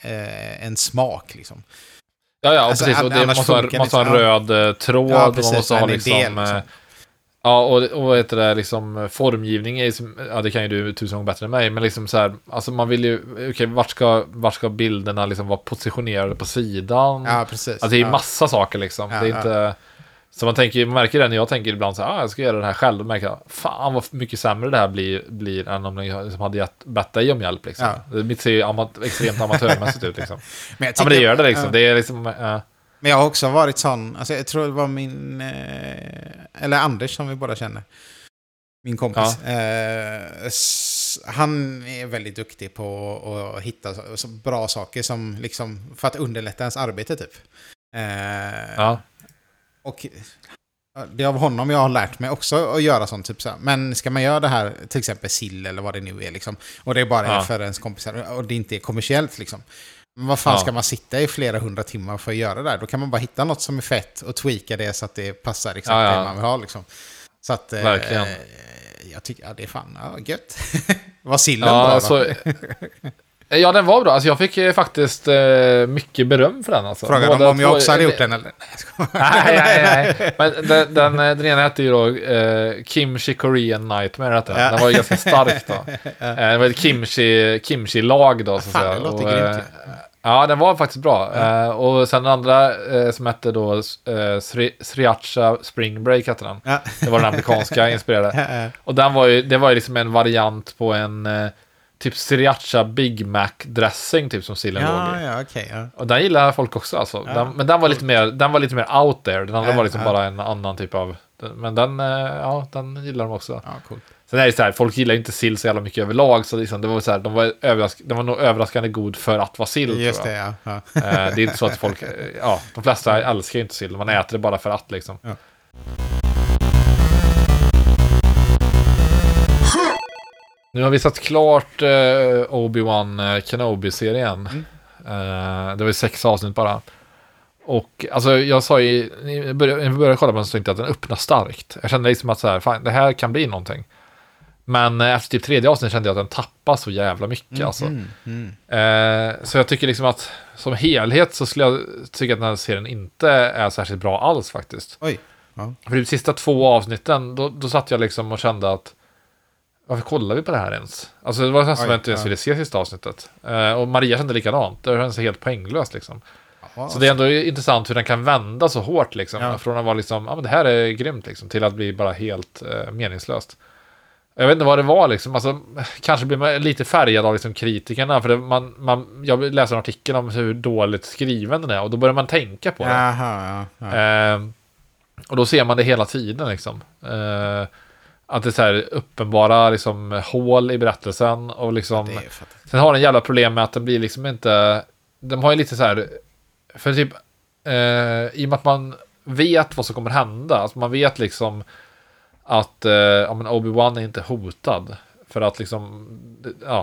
eh, en smak liksom. Ja, ja, alltså, precis. Och det måste ha, måste ha en röd tråd. Ja, precis, man måste ha liksom... Del, liksom. Ja, och, och vad heter det, liksom formgivning är ja, det kan ju du tusen gånger bättre än mig, men liksom så här, alltså man vill ju, okej, okay, vart ska, vart ska bilderna liksom vara positionerade på sidan? Ja, precis. Alltså det är ja. massa saker liksom. Ja, det är inte, ja. så man tänker, man märker det när jag tänker ibland så här, ah, jag ska göra det här själv, då märker jag, fan vad mycket sämre det här blir, blir än om jag liksom hade gett, bett dig om hjälp liksom. Ja. Mitt ser ju amat- extremt amatörmässigt ut liksom. Men jag tycker, ja, men det gör det liksom, ja. det är liksom, uh, men jag har också varit sån, alltså jag tror det var min, eh, eller Anders som vi båda känner, min kompis. Ja. Eh, s- han är väldigt duktig på att hitta så, så bra saker som liksom, för att underlätta ens arbete typ. Eh, ja. Och det är av honom jag har lärt mig också att göra sånt typ så här. Men ska man göra det här, till exempel sill eller vad det nu är liksom, och det är bara ja. för ens kompisar och det inte är kommersiellt liksom. Men vad fan ja. ska man sitta i flera hundra timmar för att göra det där? Då kan man bara hitta något som är fett och tweaka det så att det passar exakt ja, ja. det man vill ha liksom. Så att eh, jag tycker, ja det är fan, ja, gött. Var sillen ja, bra så, ja, den var bra. Alltså jag fick eh, faktiskt eh, mycket beröm för den alltså. Frågan om, om jag också hade gjort den eller? nej, nej, nej. Men den, den, den ena hette ju då eh, Kimchi Korean Nightmare. Hette den. den var ju ganska stark då. Eh, det var ett kimchi, kimchi-lag då. Så fan, det låter och, grymt. Ja, den var faktiskt bra. Ja. Uh, och sen den andra uh, som hette då uh, Sri- Sriracha Spring Break hette den. Ja. Det var den amerikanska inspirerade. Och den var ju, det var ju liksom en variant på en uh, typ Sriracha Big Mac dressing typ som sillen ja, låg i. Ja, okay, ja. Och den gillar folk också alltså. Ja. Den, men den var lite mer den var lite mer out there. Den andra ja, var liksom ja. bara en annan typ av, men den uh, ja, den gillar de också. Ja, cool. Sen är det så här, folk gillar inte sill så jävla mycket överlag, så liksom, det var så här, de var överrask- det var nog överraskande god för att vara sill. Just det, ja. ja. Det är inte så att folk, ja, de flesta älskar ju inte sill, man äter det bara för att liksom. Ja. Nu har vi satt klart uh, Obi-Wan uh, Kenobi-serien. Mm. Uh, det var ju sex avsnitt bara. Och alltså jag sa ju, när jag började, när jag började kolla på den så tänkte jag att den öppnar starkt. Jag kände liksom att så här, fan, det här kan bli någonting. Men efter typ tredje avsnitt kände jag att den tappar så jävla mycket. Mm, alltså. mm, mm. Eh, så jag tycker liksom att som helhet så skulle jag tycka att den här serien inte är särskilt bra alls faktiskt. Oj. Ja. För de sista två avsnitten, då, då satt jag liksom och kände att varför kollar vi på det här ens? Alltså det var nästan som att jag inte ens ville se sista avsnittet. Eh, och Maria kände likadant. Det kändes helt poänglöst liksom. Aha, så det är ändå intressant hur den kan vända så hårt liksom. Ja. Från att vara liksom, ja men det här är grymt liksom, till att bli bara helt eh, meningslöst. Jag vet inte vad det var liksom, alltså, kanske blir man lite färgad av liksom kritikerna, för det, man, man, jag läser en artikel om hur dåligt skriven den är, och då börjar man tänka på det. Aha, ja, ja. Eh, och då ser man det hela tiden liksom. Eh, att det är så här uppenbara liksom, hål i berättelsen, och liksom, sen har den jävla problem med att den blir liksom inte, de har ju lite så här, för typ eh, i och med att man vet vad som kommer hända, alltså man vet liksom att eh, ja, men Obi-Wan är inte hotad, för att liksom ja,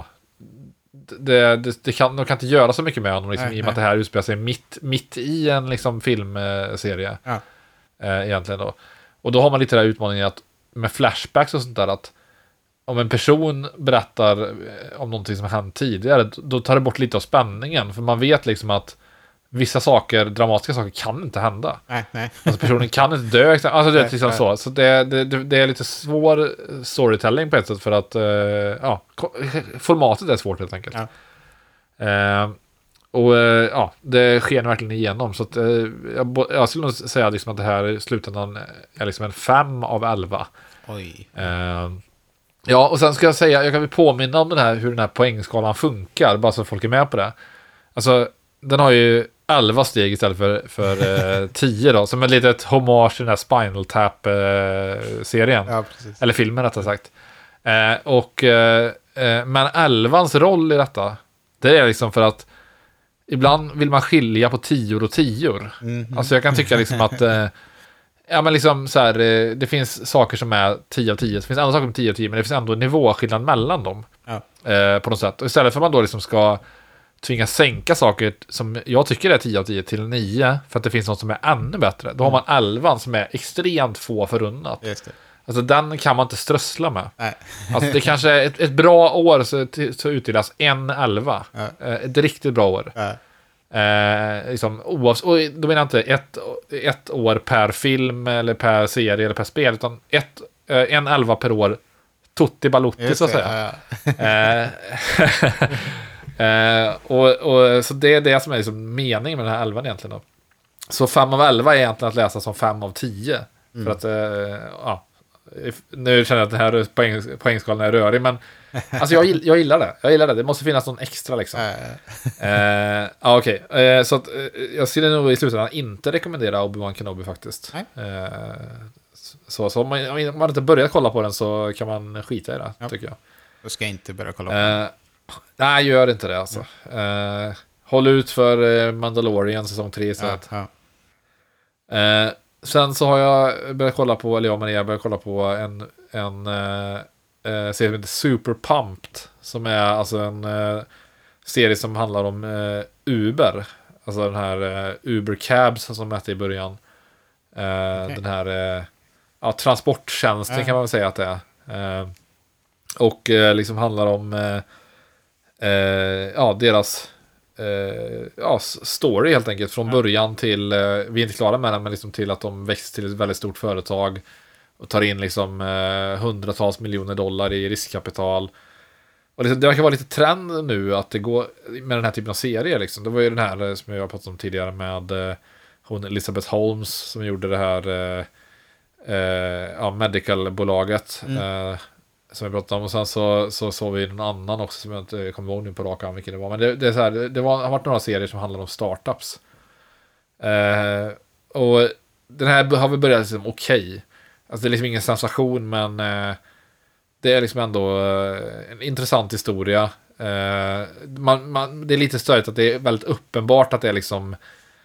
det, det, det kan, de kan inte göra så mycket med honom liksom, nej, i och med att det här utspelar sig mitt, mitt i en liksom, filmserie ja. eh, egentligen då. Och då har man lite den här utmaningen att med flashbacks och sånt där, att om en person berättar om någonting som har hänt tidigare, då tar det bort lite av spänningen, för man vet liksom att vissa saker, dramatiska saker kan inte hända. Nej, nej. Alltså personen kan inte dö. Alltså det är liksom så. Så det, det, det är lite svår storytelling på ett sätt, för att uh, ja, formatet är svårt helt enkelt. Ja. Uh, och uh, ja, det sker verkligen igenom. Så att, uh, jag, jag skulle nog säga liksom att det här i slutändan är liksom en fem av elva. Oj. Uh, ja, och sen ska jag säga, jag kan väl påminna om den här, hur den här poängskalan funkar, bara så att folk är med på det. Alltså, den har ju elva steg istället för, för eh, tio då, som ett litet hommage till den här Spinal Tap-serien. Eh, ja, eller filmen rättare sagt. Eh, och, eh, men elvans roll i detta, det är liksom för att ibland vill man skilja på tior och tior. Mm-hmm. Alltså jag kan tycka liksom att eh, ja, men liksom så här, eh, det finns saker som är tio av tio, det finns andra saker som tio av tio, men det finns ändå nivåskillnad mellan dem. Ja. Eh, på något sätt. Och istället för att man då liksom ska tvingas sänka saker som jag tycker är tio av tio till nio, för att det finns något som är ännu bättre. Då har man elvan som är extremt få förunnat. Just det. Alltså den kan man inte strössla med. Nej. Alltså det kanske är ett, ett bra år, så, så utdelas en elva. Ja. Ett riktigt bra år. Ja. Eh, liksom, oavs- och då menar jag inte ett, ett år per film eller per serie eller per spel, utan ett, en elva per år, tutti balutti så att säga. Ja, ja. Uh, och, och så det är det som är liksom meningen med den här elvan egentligen då. Så fem av elva är egentligen att läsa som fem av tio. Mm. För att uh, ja, nu känner jag att den här poäng, poängskalan är rörig, men alltså jag, jag gillar det. Jag gillar det. Det måste finnas någon extra liksom. uh, uh, okej. Okay. Uh, så att uh, jag skulle nog i slutändan inte rekommendera Obi-Wan Kenobi faktiskt. Uh, så, så om man, om man inte börjat kolla på den så kan man skita i det, ja. Tycker jag. Du ska inte börja kolla på den. Uh, Nej, gör inte det alltså. Mm. Uh, håll ut för uh, Mandalorian säsong tre istället. Ja, ja. Uh, sen så har jag börjat kolla på, eller jag och Maria börjat kolla på en, en uh, uh, serie som heter Super Pumped, som är alltså en uh, serie som handlar om uh, Uber. Alltså den här uh, Uber Cabs som mätte i början. Uh, okay. Den här uh, ja, transporttjänsten, mm. kan man väl säga att det är. Uh, och uh, liksom handlar om uh, Uh, ja, deras uh, ja, story helt enkelt från början till, uh, vi är inte klara med den, men liksom till att de växer till ett väldigt stort företag och tar in liksom uh, hundratals miljoner dollar i riskkapital, Och liksom, det verkar vara lite trend nu att det går med den här typen av serier liksom. Det var ju den här som jag har pratat om tidigare med eh, hon Elizabeth Holmes som gjorde det här eh, eh, ja, Medical-bolaget mm. eh, som jag pratade om. Och sen så, så såg vi en annan också som jag inte kommer ihåg nu på raka vilken det var. Men det, det, är så här, det var, har varit några serier som handlar om startups. Eh, och den här har vi börjat liksom okej. Okay. Alltså det är liksom ingen sensation, men eh, det är liksom ändå eh, en intressant historia. Eh, man, man, det är lite störigt att det är väldigt uppenbart att det är liksom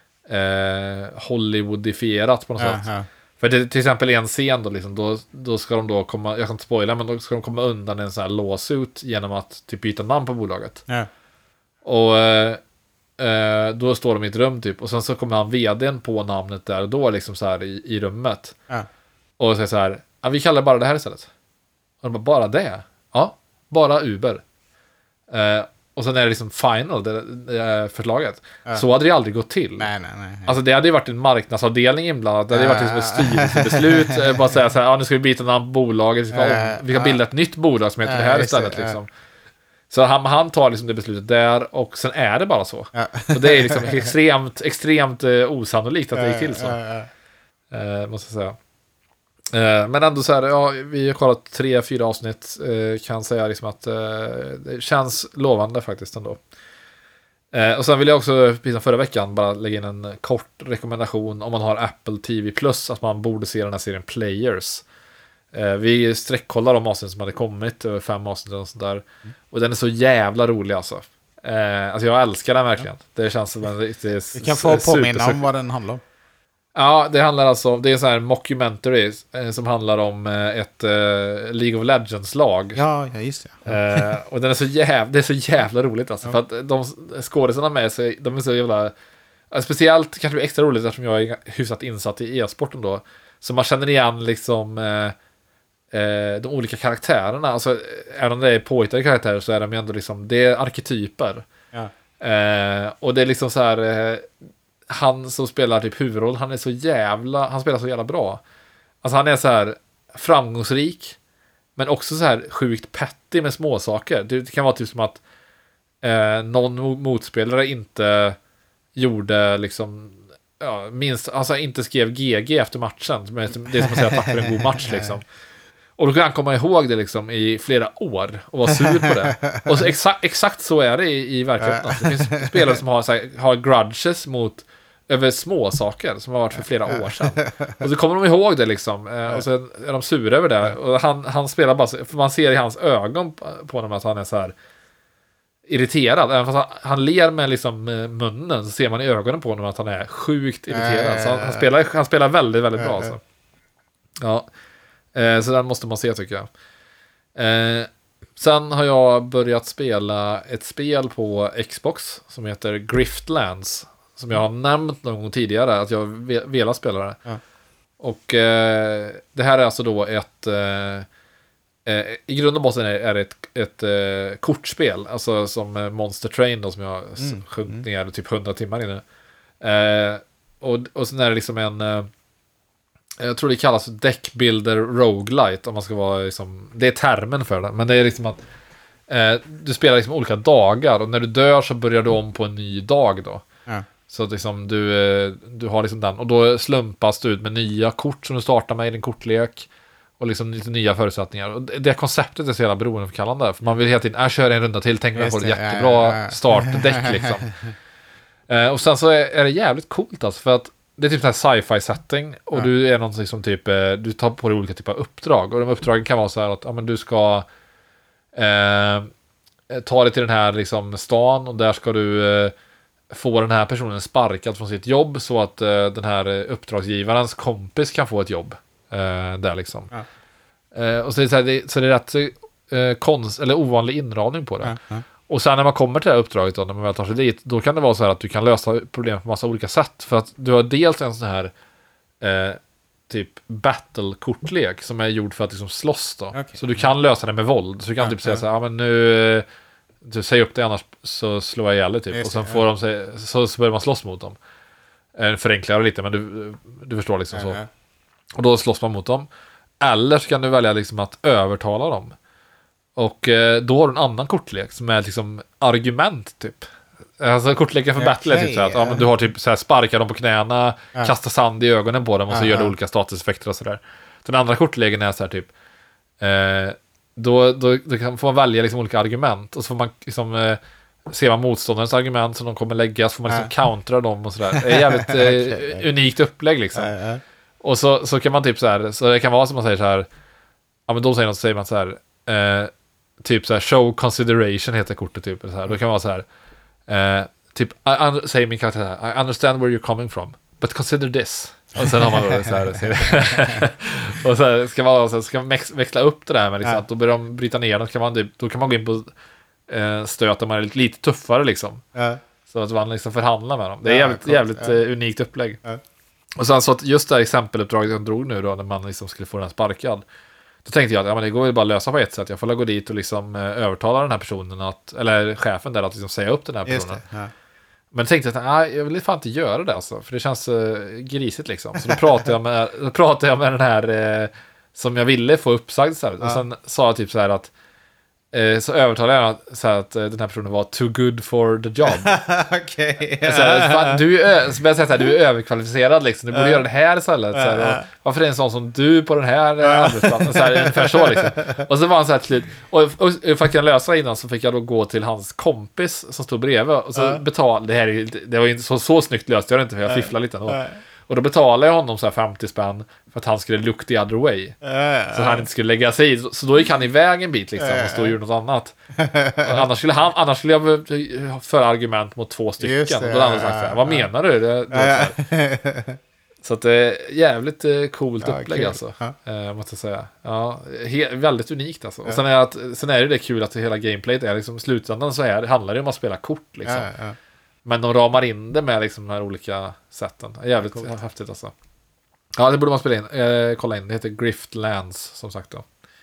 eh, Hollywoodifierat på något uh-huh. sätt. För det, till exempel en scen då, liksom, då, då ska de då komma, jag kan inte spoila, men då ska de komma undan en sån här lawsuit genom att typ byta namn på bolaget. Uh-huh. Och eh, eh, då står de i ett rum typ, och sen så kommer han vdn på namnet där och då liksom så här i, i rummet. Uh-huh. Och säger så här, ja, vi kallar bara det här istället. Och de bara, bara det? Ja, bara Uber. Eh, och sen är det liksom final, det, det förslaget. Ja. Så hade det aldrig gått till. Nej, nej, nej. Alltså det hade ju varit en marknadsavdelning inblandad. Det hade ju varit liksom ett styrelsebeslut. Bara säga så här, ja, nu ska vi byta namn på bolaget. Vi, ja, vi kan bilda ett nytt bolag som heter ja, det här istället. Det, liksom. Ja. Så han, han tar liksom det beslutet där, och sen är det bara så. Ja. Och det är liksom extremt, extremt eh, osannolikt att det gick till så. Ja, ja, ja. Eh, måste jag säga. Men ändå så här, ja, vi har kollat tre, fyra avsnitt, kan säga liksom att det känns lovande faktiskt ändå. Och sen vill jag också, precis som förra veckan, bara lägga in en kort rekommendation om man har Apple T V Plus, att man borde se den här serien Players. Vi sträckkollar de avsnitt som hade kommit, fem avsnitt och sånt där. Mm. Och den är så jävla rolig alltså. Alltså jag älskar den verkligen. Ja. Det känns som en det är Vi kan få påminna om vad den handlar om. Ja, det handlar alltså det är en sån här mockumentary eh, som handlar om eh, ett eh, League of Legends-lag. Ja, ja just det. Eh, och den är så jävla, det är så jävla roligt alltså, ja. För att de skådespelarna med sig, de är så jävla, speciellt kanske det är extra roligt eftersom jag är hyfsat insatt i e-sporten då, så man känner igen liksom eh, eh, de olika karaktärerna, alltså även om det är påhittade karaktärer så är de ändå liksom, det är arketyper. Ja. Eh, och det är liksom så här eh, han som spelar typ huvudroll, han är så jävla, han spelar så jävla bra. Alltså han är så här framgångsrik, men också så här sjukt petty med små saker. Det kan vara typ som att eh, någon motspelare inte gjorde liksom, ja, minst, alltså inte skrev G G efter matchen. Det är som att säga tack för en god match liksom. Och då kan han komma ihåg det liksom i flera år och vara sur på det. Och så exakt, exakt så är det i, i verkligheten. Alltså, det finns spelare som har, så här, har grudges mot över små saker som har varit för flera år sedan. Och så kommer de ihåg det liksom. Och så är de sura över det. Och han, han spelar bara så, för man ser i hans ögon på honom att han är så här irriterad. Även fast han, han ler med liksom munnen, så ser man i ögonen på honom att han är sjukt irriterad. Så han, han, spelar, han spelar väldigt, väldigt bra alltså. Ja. Eh, så den måste man se tycker jag. Eh, sen har jag börjat spela ett spel på Xbox som heter Griftlands, som jag har nämnt någon gång tidigare att jag velat spela det. Ja. Och eh, det här är alltså då ett eh, eh, i grund och botten är, är det ett, ett eh, kortspel, alltså som Monster Train då, som jag mm. sjunkit ner typ hundra timmar inne. Eh, och, och sen är det liksom en eh, jag tror det kallas deckbuilder roguelite, om man ska vara liksom, det är termen för det, men det är liksom att eh, du spelar liksom olika dagar, och när du dör så börjar du om på en ny dag då. Ja. Så att liksom du, eh, du har liksom den, och då slumpas du ut med nya kort som du startar med i din kortlek, och liksom lite nya förutsättningar. Och det, det konceptet är så jävla beroendeförkallande, för man vill hela tiden, jag kör en runda till, tänker jag på ett jättebra ja, ja, ja. startdäck liksom. eh, och sen så är, är det jävligt coolt alltså, för att det är typ en sci-fi setting, och ja. du är någonting som typ, du tar på dig olika typer av uppdrag, och de uppdragen kan vara så här att ja, men du ska eh, ta dig till den här liksom stan, och där ska du eh, få den här personen sparkad från sitt jobb, så att eh, den här uppdragsgivarens kompis kan få ett jobb eh, där liksom. Ja. Eh, och så är det, så, här, det, så det är rätt eh, konst, eller ovanlig inramning på det. Ja. Ja. Och sen när man kommer till det här uppdraget då, när man väl tar sig dit, då kan det vara så här att du kan lösa problem på massa olika sätt. För att du har dels en sån här eh, typ battle-kortlek som är gjord för att liksom slåss då. Okay. Så du kan lösa det med våld. Så du kan okay. typ säga så här, ja men nu du säger upp det, annars så slår jag ihjäl det typ. Just och sen får ja. de sig, så, så börjar man slåss mot dem. Eh, förenklar lite, men du, du förstår liksom ja, så. Ja. Och då slåss man mot dem. Eller så kan du välja liksom att övertala dem. Och eh, då har du en annan kortlek som är liksom argument typ. Alltså kortleken för okay, battle är typ så att ja, men du har typ så här sparka dem på knäna, ja. kasta sand i ögonen på dem och så ja, gör du ja. olika statuseffekter och sådär. Den andra kortleken är så här typ eh, då, då, då kan, får man välja liksom olika argument och så får man liksom eh, ser man motståndarens argument som de kommer lägga så får man liksom ja. countera dem och sådär. Det är jävligt eh, unikt upplägg liksom. Ja, ja. Och så, så kan man typ så här, så det kan vara som man säger så här, ja men då säger, något, så säger man så här eh, typ så här show consideration heter kortet typ så här. Då kan man vara så här Uh, typ, I, säger min karaktär I understand where you're coming from but consider this och sen har man då så här och så här, ska man så ska man växla upp det där med liksom, ja. att då börjar de bryta ner dem, kan man, då kan man gå in på uh, stöt man är lite, lite tuffare liksom ja. så att man liksom förhandlar med dem. Det är ja, jävligt, jävligt ja. uh, unikt upplägg ja. Och sen så att just det här exempeluppdraget jag drog nu då när man liksom skulle få den sparkad. Då tänkte jag att ja, men det går ju bara att lösa på ett sätt. Jag får gå dit och liksom eh, övertala den här personen att, eller chefen där att liksom säga upp den här personen. Ja. Men tänkte jag att nej, jag vill fan inte göra det alltså, för det känns eh, grisigt liksom. Så då pratade jag med, då pratade jag med den här eh, som jag ville få uppsagd så här. Ja. Och sen sa jag typ så här att eh, så övertalade jag så här att eh, den här personen var too good for the job. Okej. Okay. Så här, du är så jag säga så här, du är överkvalificerad liksom. Du borde uh. göra det här istället så här, och, varför är det en sån som du på den här uh. arbetsplatsen så här, ungefär så liksom. Och så var han så här till slut och, och, och för att kunna lösa innan så fick jag då gå till hans kompis som stod bredvid och så uh. betal det här det var inte så så snyggt löst, jag vet inte för jag fifflade lite ändå. Uh. Och då betalade jag honom så här femtio spänn för att han skulle look the other way. Äh, så att han inte skulle lägga sig i. Så då gick han iväg en bit liksom och stod och gjorde något annat. annars, skulle han, annars skulle jag föra argument mot två stycken. Det, och då hade han sagt så här, vad menar du? Det, det så, så att det är jävligt coolt ja, upplägg cool. alltså. Äh, måste jag säga. Ja, he, väldigt unikt alltså. Och sen är, att, sen är det, det kul att hela gameplayet är liksom slutändan så här, det handlar ju om att spela kort liksom. Ja, ja. Men de ramar in det med liksom de här olika sätten. Jävligt cool. Häftigt alltså. Ja, det borde man spela in. Eh, kolla in. Det heter Griftlands som sagt då.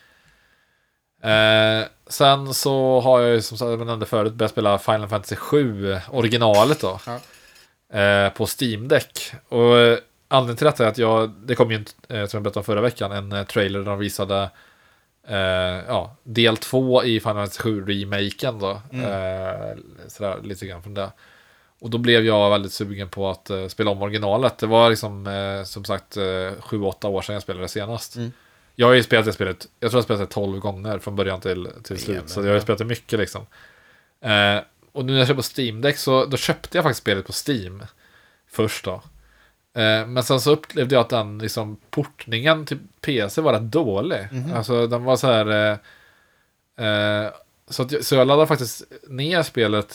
Eh, sen så har jag ju som sagt, jag nämnde förut, börjat spela Final Fantasy sju originalet då. Ja. Eh, på Steam Deck. Och eh, anledningen till detta är att jag, det kom ju en, eh, som jag berättade om förra veckan, en eh, trailer där de visade eh, ja, del två i Final Fantasy sju remaken då. Mm. Eh, sådär lite grann från det. Och då blev jag väldigt sugen på att uh, spela om originalet. Det var liksom, uh, som sagt, uh, sju åtta år sedan jag spelade det senast. Mm. Jag har ju spelat det spelet, jag tror jag spelat det tolv gånger från början till, till slut. Jävlar, så jag har ju spelat det mycket liksom. Uh, och nu när jag köpte på Steam Deck så då köpte jag faktiskt spelet på Steam först då. Uh, men sen så upplevde jag att den liksom, portningen till P C var rätt dålig. Mm-hmm. Alltså den var så här... Uh, uh, så, att, så jag laddade faktiskt ner spelet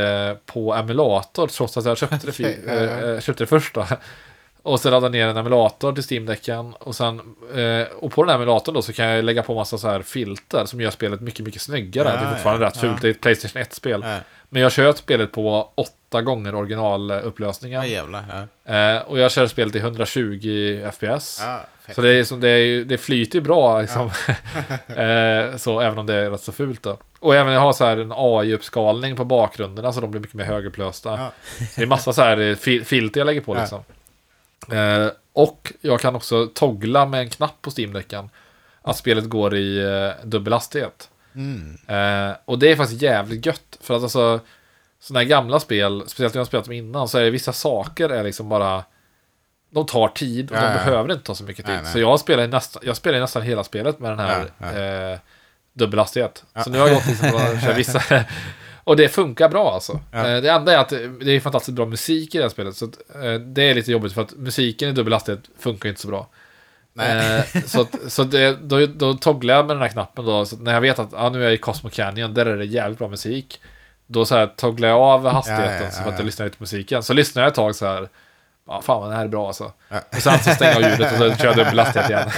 på emulator trots att jag köpte det, okay, för, äh, köpte det först då. Och så laddade ner en emulator till Steam-däcken och sen eh, och på den här emulatorn då så kan jag lägga på massa så här filter som gör spelet mycket mycket snyggare. Ja, det är fortfarande ja, rätt fult, ja. Det är ett PlayStation ett-spel. Ja. Men jag kör spelet på åtta gånger originalupplösningen. Ja, jävlar, ja. Eh, och jag kör spelet i hundratjugo F P S. Ja, så det är som det är, det flyter bra liksom. Ja. eh, så även om det är rätt så fult då. Och även jag har så här en A I-uppskalning på bakgrunderna så de blir mycket mer högupplösta. Ja. Det är massa så här fil- filter jag lägger på liksom. Ja. Eh, och jag kan också toggla med en knapp på Steam-däcken att spelet går i eh, dubbel hastighet. Mm. Eh, och det är faktiskt jävligt gött. För att alltså sådana här gamla spel, speciellt när jag har spelat dem innan, så är det vissa saker är liksom bara de tar tid och ja, de ja. behöver inte ta så mycket tid. Nej, nej. Så jag spelar, nästan, jag spelar nästan hela spelet med den här ja, ja. Eh, dubbelhastighet. Ja. Så nu har jag gått liksom och kört vissa och det funkar bra alltså. Ja. Eh, det enda är att det är fantastiskt bra musik i det här spelet. Så att, eh, det är lite jobbigt för att musiken i dubbelhastighet funkar inte så bra. Eh, så att, så det, då, då togglar jag med den här knappen då, så när jag vet att ah, nu är jag i Cosmo Canyon, där är det jävligt bra musik, då så här togglar jag av hastigheten ja, ja, ja, så för att jag lyssnar lite på musiken. Så lyssnar jag ett tag så här, ja ah, fan det här är bra alltså. Ja. Och sen så stänger jag ljudet och så kör jag dubbelhastighet igen.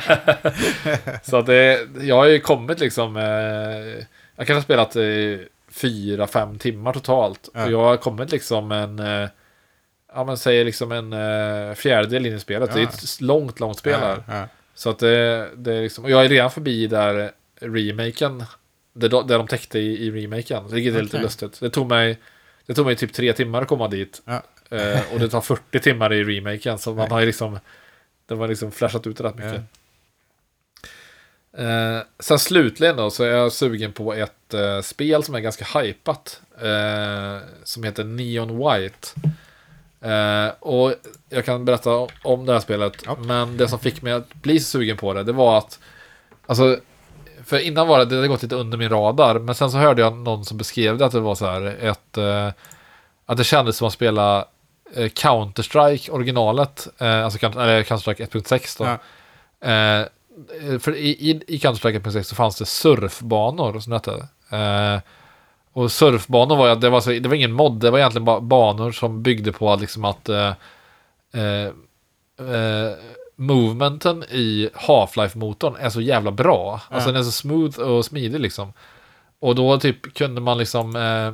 Så att det, jag har ju kommit liksom eh, jag kanske har spelat eh, fyra, fem timmar totalt ja. Och jag har kommit liksom en eh, ja men säger liksom en uh, fjärdedel in i spelet. Ja. Det är ett långt, långt spel här. Ja, ja. Så att det, det är liksom... Och jag är redan förbi där remaken, där, där de täckte i, i remaken. Det är okay. lite lustigt. Det tog mig det tog mig typ tre timmar att komma dit. Ja. Uh, och det tar fyrtio timmar i remaken. Så man har ju liksom... Det var liksom flashat ut rätt mycket. Eh, sen slutligen då så är jag sugen på ett eh, spel som är ganska hypat. Eh, som heter Neon White. Eh, och jag kan berätta om det här spelet. Ja. Men det som fick mig att bli så sugen på det, det var att alltså, för innan var det, det hade gått lite under min radar. Men sen så hörde jag någon som beskrev det, att det var så här ett, eh, att det kändes som att spela eh, Counter-Strike originalet, eh, alltså eller Counter-Strike ett punkt sex då. Ja. Eh, för i, i, i Counter-Strike ett punkt sex så fanns det surfbanor som det hette. Eh, och surfbanor var, det var, så, det var ingen mod, det var egentligen bara banor som byggde på liksom att eh, eh, eh, movementen i Half-Life-motorn är så jävla bra. Ja. Alltså den är så smooth och smidig liksom. Och då typ kunde man liksom eh,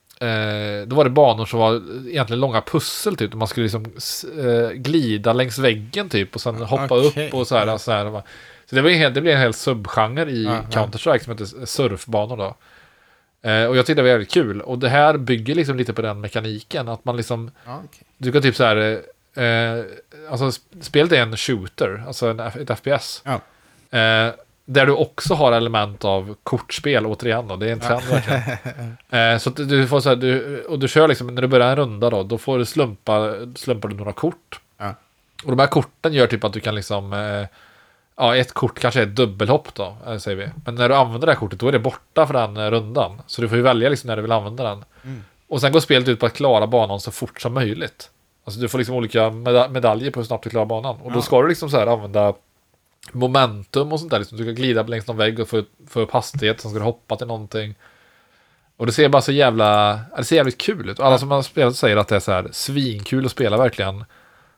eh, då var det banor som var egentligen långa pussel typ. Man skulle liksom eh, glida längs väggen typ och sen hoppa okay. upp och så här, så här. Så det, var en, det blev en hel subgenre i uh-huh. Counter-Strike som heter surfbanor då. Eh, och jag tyckte det var jävligt kul. Och det här bygger liksom lite på den mekaniken. Att man liksom, okay. du kan typ så här, eh, alltså spelet är en shooter, alltså en, ett F P S. Ja. Eh, där du också har element av kortspel, återigen då. Det är en trend ja. verkligen. eh, så att du får så här, du, och du kör liksom, när du börjar en runda då, då får du slumpa, slumpar du några kort. Ja. Och de här korten gör typ att du kan liksom, eh, ja, ett kort kanske är ett dubbelhopp då, säger vi. Men när du använder det här kortet, då är det borta för den rundan. Så du får ju välja liksom när du vill använda den. Mm. Och sen går spelet ut på att klara banan så fort som möjligt. Alltså du får liksom olika meda- medaljer på hur snabbt du klarar banan. Och ja. då ska du liksom så här använda momentum och sånt där. Liksom. Du kan glida längs någon vägg och få, få upp hastighet. Sen ska du hoppa till någonting. Och det ser bara så jävla, det ser jävligt kul ut. Och alla ja. som har spelat säger att det är så här svinkul att spela verkligen.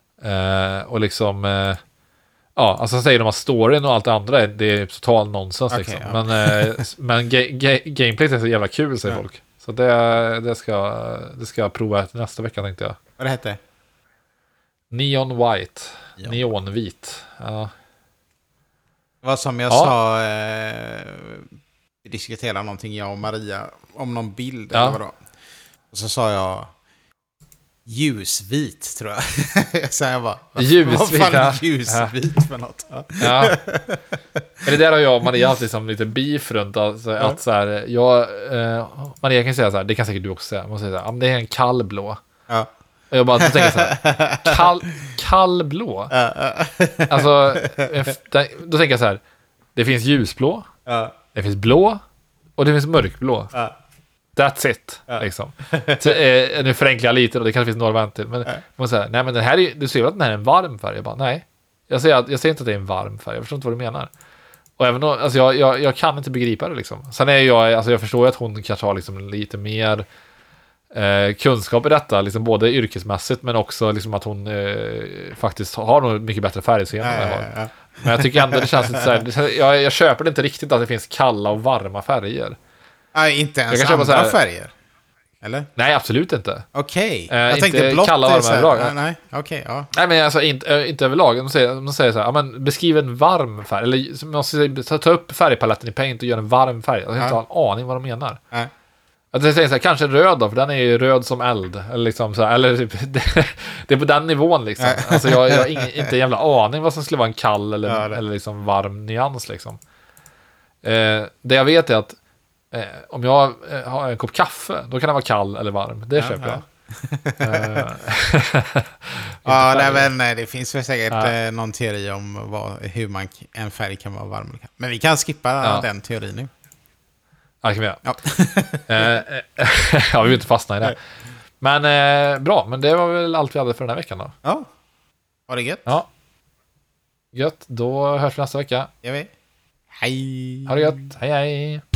Eh, och liksom... Eh, ja, alltså säger de att storyn och allt det andra är, det är total nonsens okay, liksom. Ja. Men, eh, men ga- ga- gameplay är så jävla kul, säger ja. folk. Så det, det, ska, det ska jag prova nästa vecka, tänkte jag. Vad det heter? Neon White. Ja. Neonvit. Ja. Vad som jag ja. sa, eh, vi diskuterade någonting, jag och Maria, om någon bild. Ja. Eller vadå. Och så sa jag ljusvit, tror jag. Så jag bara, ljusvit, vad fan är ljusvit ja. för något? Ja. Ja. Det där har jag och Maria alltid liksom lite beef runt. Alltså, ja. att så här, jag, eh, Maria kan säga så här, det kan säkert du också säga. Man säger så här, det är en kallblå. Ja. Och jag bara tänker så här, kall, kallblå. Ja, ja. Alltså, då tänker jag så här, det finns ljusblå, ja. det finns blå och det finns mörkblå. Ja. That's it, ja. liksom. Så, eh, nu förenklar jag lite och det kanske finns några varianter till. Men ja. man säger, nej men den här är, du ser väl att den här är en varm färg? Jag bara, nej. Jag säger, jag säger inte att det är en varm färg. Jag förstår inte vad du menar. Och även då, alltså jag, jag, jag kan inte begripa det liksom. Sen är jag, alltså jag förstår ju att hon kanske har liksom lite mer eh, kunskap i detta, liksom både yrkesmässigt men också liksom att hon eh, faktiskt har nog mycket bättre färgseende än jag har. Ja, ja. Men jag tycker ändå det känns lite så här, jag, jag köper det inte riktigt att det finns kalla och varma färger. Nej, inte ens andra här, färger? Eller? Nej, absolut inte. Okej. Okay. Eh, jag tänkte blått kalla varma överlag. Nej, nej. okej, okay, ja. Nej, men alltså inte, äh, inte överlag. De säger, de säger så här, ja, men beskriv en varm färg. Eller man måste ta, ta upp färgpaletten i Paint och göra en varm färg. Jag har inte ja. en aning vad de menar. Nej. Att jag säger så här, kanske röd då, för den är ju röd som eld. Eller liksom så här, eller typ, det, det är på den nivån liksom. Nej. Alltså jag, jag har ing, inte en jävla aning vad som skulle vara en kall eller, ja, eller liksom varm nyans liksom. Eh, det jag vet är att Eh, om jag eh, har en kopp kaffe, då kan den vara kall eller varm. Det ja, köper ja. jag. ja, nej, men, nej, det finns väl säkert ja. eh, någon teori om vad, hur man, en färg kan vara varm. Men vi kan skippa ja. den teorin nu. Ja, det kan vi göra. Ja, eh, ja vi vill inte fastna i det. Nej. Men eh, bra, men det var väl allt vi hade för den här veckan då. Ja, var det gött? Ja. Gött, då hörs vi nästa vecka. Gör vi. Hej! Ha det gött, hej hej!